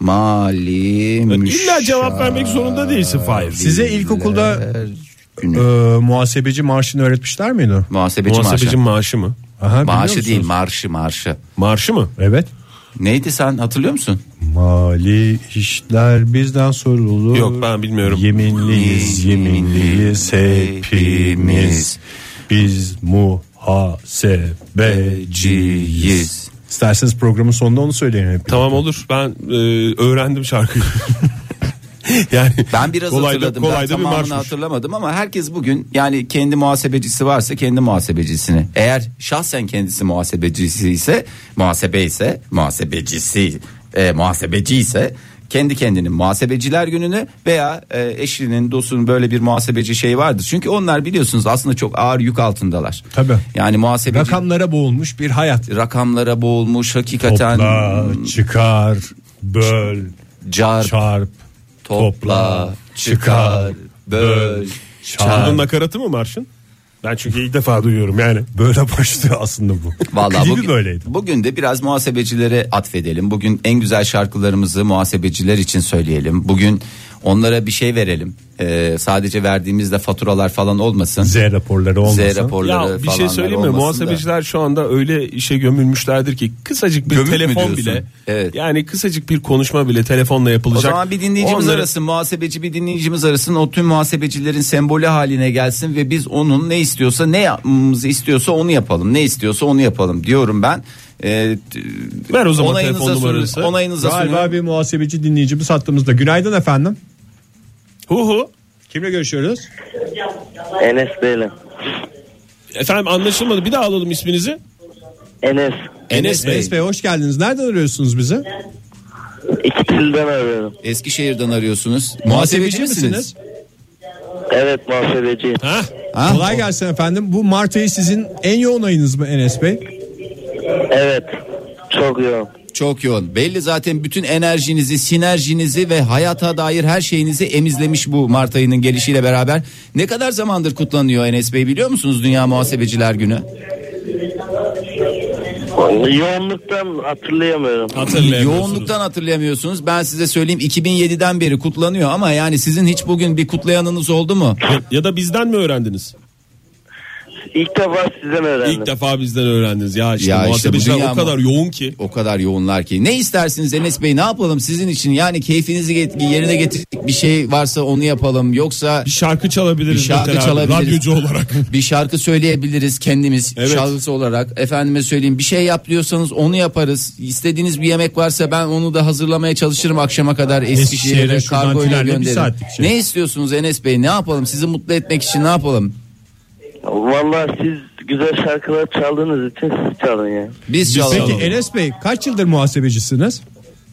mali müşavirler İlla cevap vermek zorunda değilsin Fahir. Size ilkokulda günü. e, muhasebeci marşını öğretmişler miydi? Muhasebeci, Muhasebeci maaşı. maaşı mı? Aha, biliyor Maaşı musunuz? değil, marşı marşı. Marşı mı? Evet. Neydi, sen hatırlıyor musun? Mali işler bizden sorulur. Yok, ben bilmiyorum. Yeminliyiz, yeminliyiz hepimiz. Biz muhasebeciyiz. İsterseniz programın sonunda onu söyleyin hep. Tamam, olur. Ben e, öğrendim şarkıyı. Yani Ben biraz kolay da- hatırladım. kolay Ben da bir tamamını marşmış. hatırlamadım ama herkes bugün yani kendi muhasebecisi varsa kendi muhasebecisini. Eğer şahsen kendisi muhasebecisi ise, muhasebe ise, muhasebecisi, e, muhasebeci ise kendi kendinin muhasebeciler gününü veya e, eşinin, dostunun böyle bir muhasebeci şey vardır. Çünkü onlar biliyorsunuz aslında çok ağır yük altındalar. Tabii. Yani muhasebeci Rakamlara boğulmuş bir hayat. rakamlara boğulmuş hakikaten. Topla, çıkar, böl, Çarp, çarp, topla, çıkar, böl, Bunun çarp. nakaratı mı marşın? Ben çünkü ilk defa duyuyorum yani. Böyle başlıyor aslında bu. Vallahi Klibi bugün, böyleydi. bugün de biraz muhasebecilere atfedelim. Bugün en güzel şarkılarımızı muhasebeciler için söyleyelim. Bugün onlara bir şey verelim. Ee, sadece verdiğimizde faturalar falan olmasın. Z raporları olmasın. Z raporları Ya bir falanlar şey söyleyeyim mi? olmasın da. Muhasebeciler şu anda öyle işe gömülmüşlerdir ki kısacık bir Gömük mü telefon diyorsun? bile, Evet. yani kısacık bir konuşma bile telefonla O yapılacak. zaman bir dinleyicimiz Onları- arasın, muhasebeci bir dinleyicimiz arasın, o tüm muhasebecilerin sembolü haline gelsin ve biz onun ne istiyorsa, ne yapmamızı istiyorsa onu yapalım, ne istiyorsa onu yapalım diyorum ben. Ee, Ver o zaman onayınıza telefon sunun- numarası. Onayınıza Galiba sunuyorum. bir muhasebeci dinleyicimiz hattımızda. Günaydın efendim. Hu hu. Kimle görüşüyoruz? Enes Bey'le. Efendim, anlaşılmadı. Bir daha alalım isminizi. Enes. Enes Bey. Enes Bey hoş geldiniz. Nereden arıyorsunuz bizi? İkisinden arıyorum. Eskişehir'den arıyorsunuz. Muhasebeci misiniz? Evet, muhasebeciyim. Ha? Ha? Kolay gelsin efendim. Bu Mart ayı sizin en yoğun ayınız mı Enes Bey? Evet. Çok yoğun. Çok yoğun. Belli zaten, bütün enerjinizi, sinerjinizi ve hayata dair her şeyinizi emizlemiş bu Mart ayının gelişiyle beraber. Ne kadar zamandır kutlanıyor Enes Bey, biliyor musunuz Dünya Muhasebeciler Günü? Yoğunluktan hatırlayamıyorum. Hatırlayamıyorsunuz. Yoğunluktan hatırlayamıyorsunuz. Ben size söyleyeyim, iki bin yediden beri kutlanıyor ama yani sizin hiç bugün bir kutlayanınız oldu mu? Ya da bizden mi öğrendiniz? İlk defa sizden öğrendim. İlk defa bizden öğrendiniz. Ya işte Ya işte bu muhasebeciler dünya o kadar mu- yoğun ki. O kadar yoğunlar ki. Ne istersiniz Enes Bey, ne yapalım sizin için? Yani keyfinizi get- yerine getirdik bir şey varsa onu yapalım. Yoksa Bir şarkı çalabiliriz Bir şarkı mesela çalabiliriz. radyocu olarak. bir şarkı söyleyebiliriz kendimiz, Evet. şahıs olarak. Efendime söyleyeyim, bir şey yap diyorsanız onu yaparız. İstediğiniz bir yemek varsa ben onu da hazırlamaya çalışırım akşama kadar Eskişehir'e Eskişehir'e şuradan kargo ile tünelle bir gönderirim. saatlik şey. Ne istiyorsunuz Enes Bey? Ne yapalım? Sizi mutlu etmek için ne yapalım? Vallahi siz güzel şarkılar çaldığınız için siz çalın ya. Biz çalalım. Peki Enes Bey kaç yıldır muhasebecisiniz?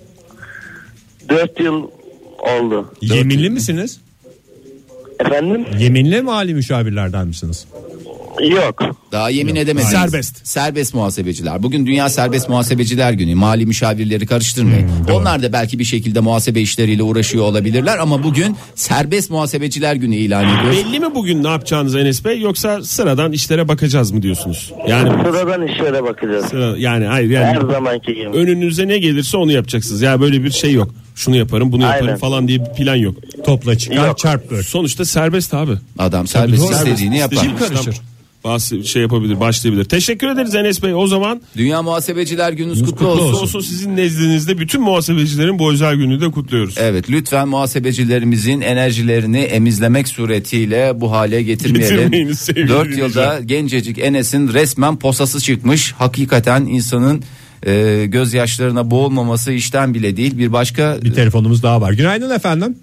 Dört yıl oldu. Yeminli misiniz? Efendim? Yeminli mali müşavirlerden misiniz? Yok. Daha yemin edemedik. Serbest. Serbest muhasebeciler. Bugün Dünya Serbest Muhasebeciler Günü. Mali müşavirleri karıştırmayın. Hmm, Onlar da belki bir şekilde muhasebe işleriyle uğraşıyor olabilirler ama bugün Serbest Muhasebeciler Günü ilan ediyoruz. Belli mi bugün ne yapacağınız Enes Bey, yoksa sıradan işlere bakacağız mı diyorsunuz? Yani Sıradan işlere bakacağız. sıra, yani hayır yani Her zamanki gibi. önünüze ne gelirse onu yapacaksınız. Ya böyle bir şey yok. Şunu yaparım, bunu yaparım Aynen. falan diye bir plan yok. Topla çıkar Yok. çarp böl. Sonuçta serbest abi. Adam serbest doğru. istediğini yapar. İstediği işlem bahs- şey yapabilir, başlayabilir. Teşekkür ederiz Enes Bey. O zaman Dünya Muhasebeciler Gününüz kutlu, kutlu olsun. olsun. olsun sizin nezdinizde bütün muhasebecilerin bu özel günü de kutluyoruz. Evet, lütfen muhasebecilerimizin enerjilerini emizlemek suretiyle bu hale getirmeyelim. Getirmeyiniz sevgili dört dinleyiciler. yılda gencecik Enes'in resmen posası çıkmış. Hakikaten insanın e, gözyaşlarına boğulmaması işten bile değil. Bir başka Bir telefonumuz daha var. Günaydın efendim.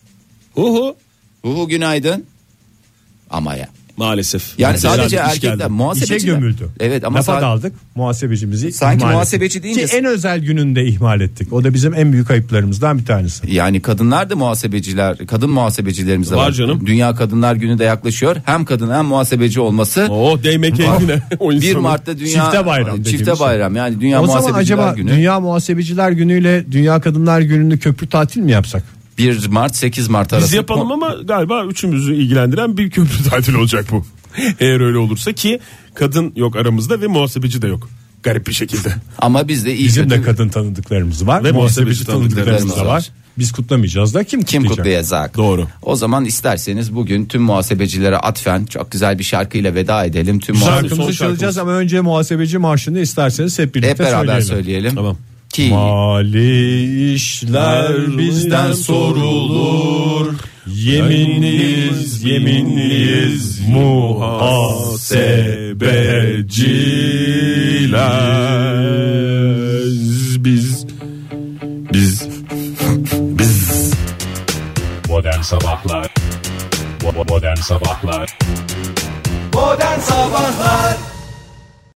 Uhu. Uhu günaydın. Ama ya. Maalesef. Yani Herhalde sadece iş erkekler geldi. muhasebeciler. İşe gömüldü. Evet ama Lafa sa- daldık muhasebecimizi Sanki ihmal muhasebeci ettik. deyince- Ki en özel gününde ihmal ettik. O da bizim en büyük ayıplarımızdan bir tanesi. Yani kadınlar da muhasebeciler, kadın muhasebecilerimiz de var. Var canım. Dünya Kadınlar Günü de yaklaşıyor. Hem kadın hem muhasebeci olması. Oh değme keyfine. O bir insanın. Mart'ta dünya Çifte bayram çifte dediğimiz şey. bayram yani Dünya O zaman Muhasebeciler acaba Günü. Dünya Muhasebeciler Günü ile Dünya Kadınlar Günü'nü köprü tatil mi yapsak? bir Mart sekiz Mart arası. Biz yapalım ama galiba üçümüzü ilgilendiren bir köprü tatil olacak bu. Eğer öyle olursa, ki kadın yok aramızda ve muhasebeci de yok. Garip bir şekilde. Ama biz de iyi Bizim kötü- de kadın tanıdıklarımız var. Ve muhasebeci muhasebeci tanıdıklarımız da tanıdıklarımız var. Biz kutlamayacağız da kim kim kutlayacak? kutlayacak? Doğru. O zaman isterseniz bugün tüm muhasebecilere atfen çok güzel bir şarkıyla veda edelim. Tüm Güzel muhasebe- bir son Şarkımızı çalacağız şarkımız. ama önce muhasebeci marşını isterseniz hep birlikte hep beraber söyleyelim. söyleyelim. Tamam. Ki Mali işler bizden sorulur. Yeminliyiz, yeminliyiz muhasebeciler. Biz biz biz Modern Sabahlar Bo- Modern Sabahlar Modern Sabahlar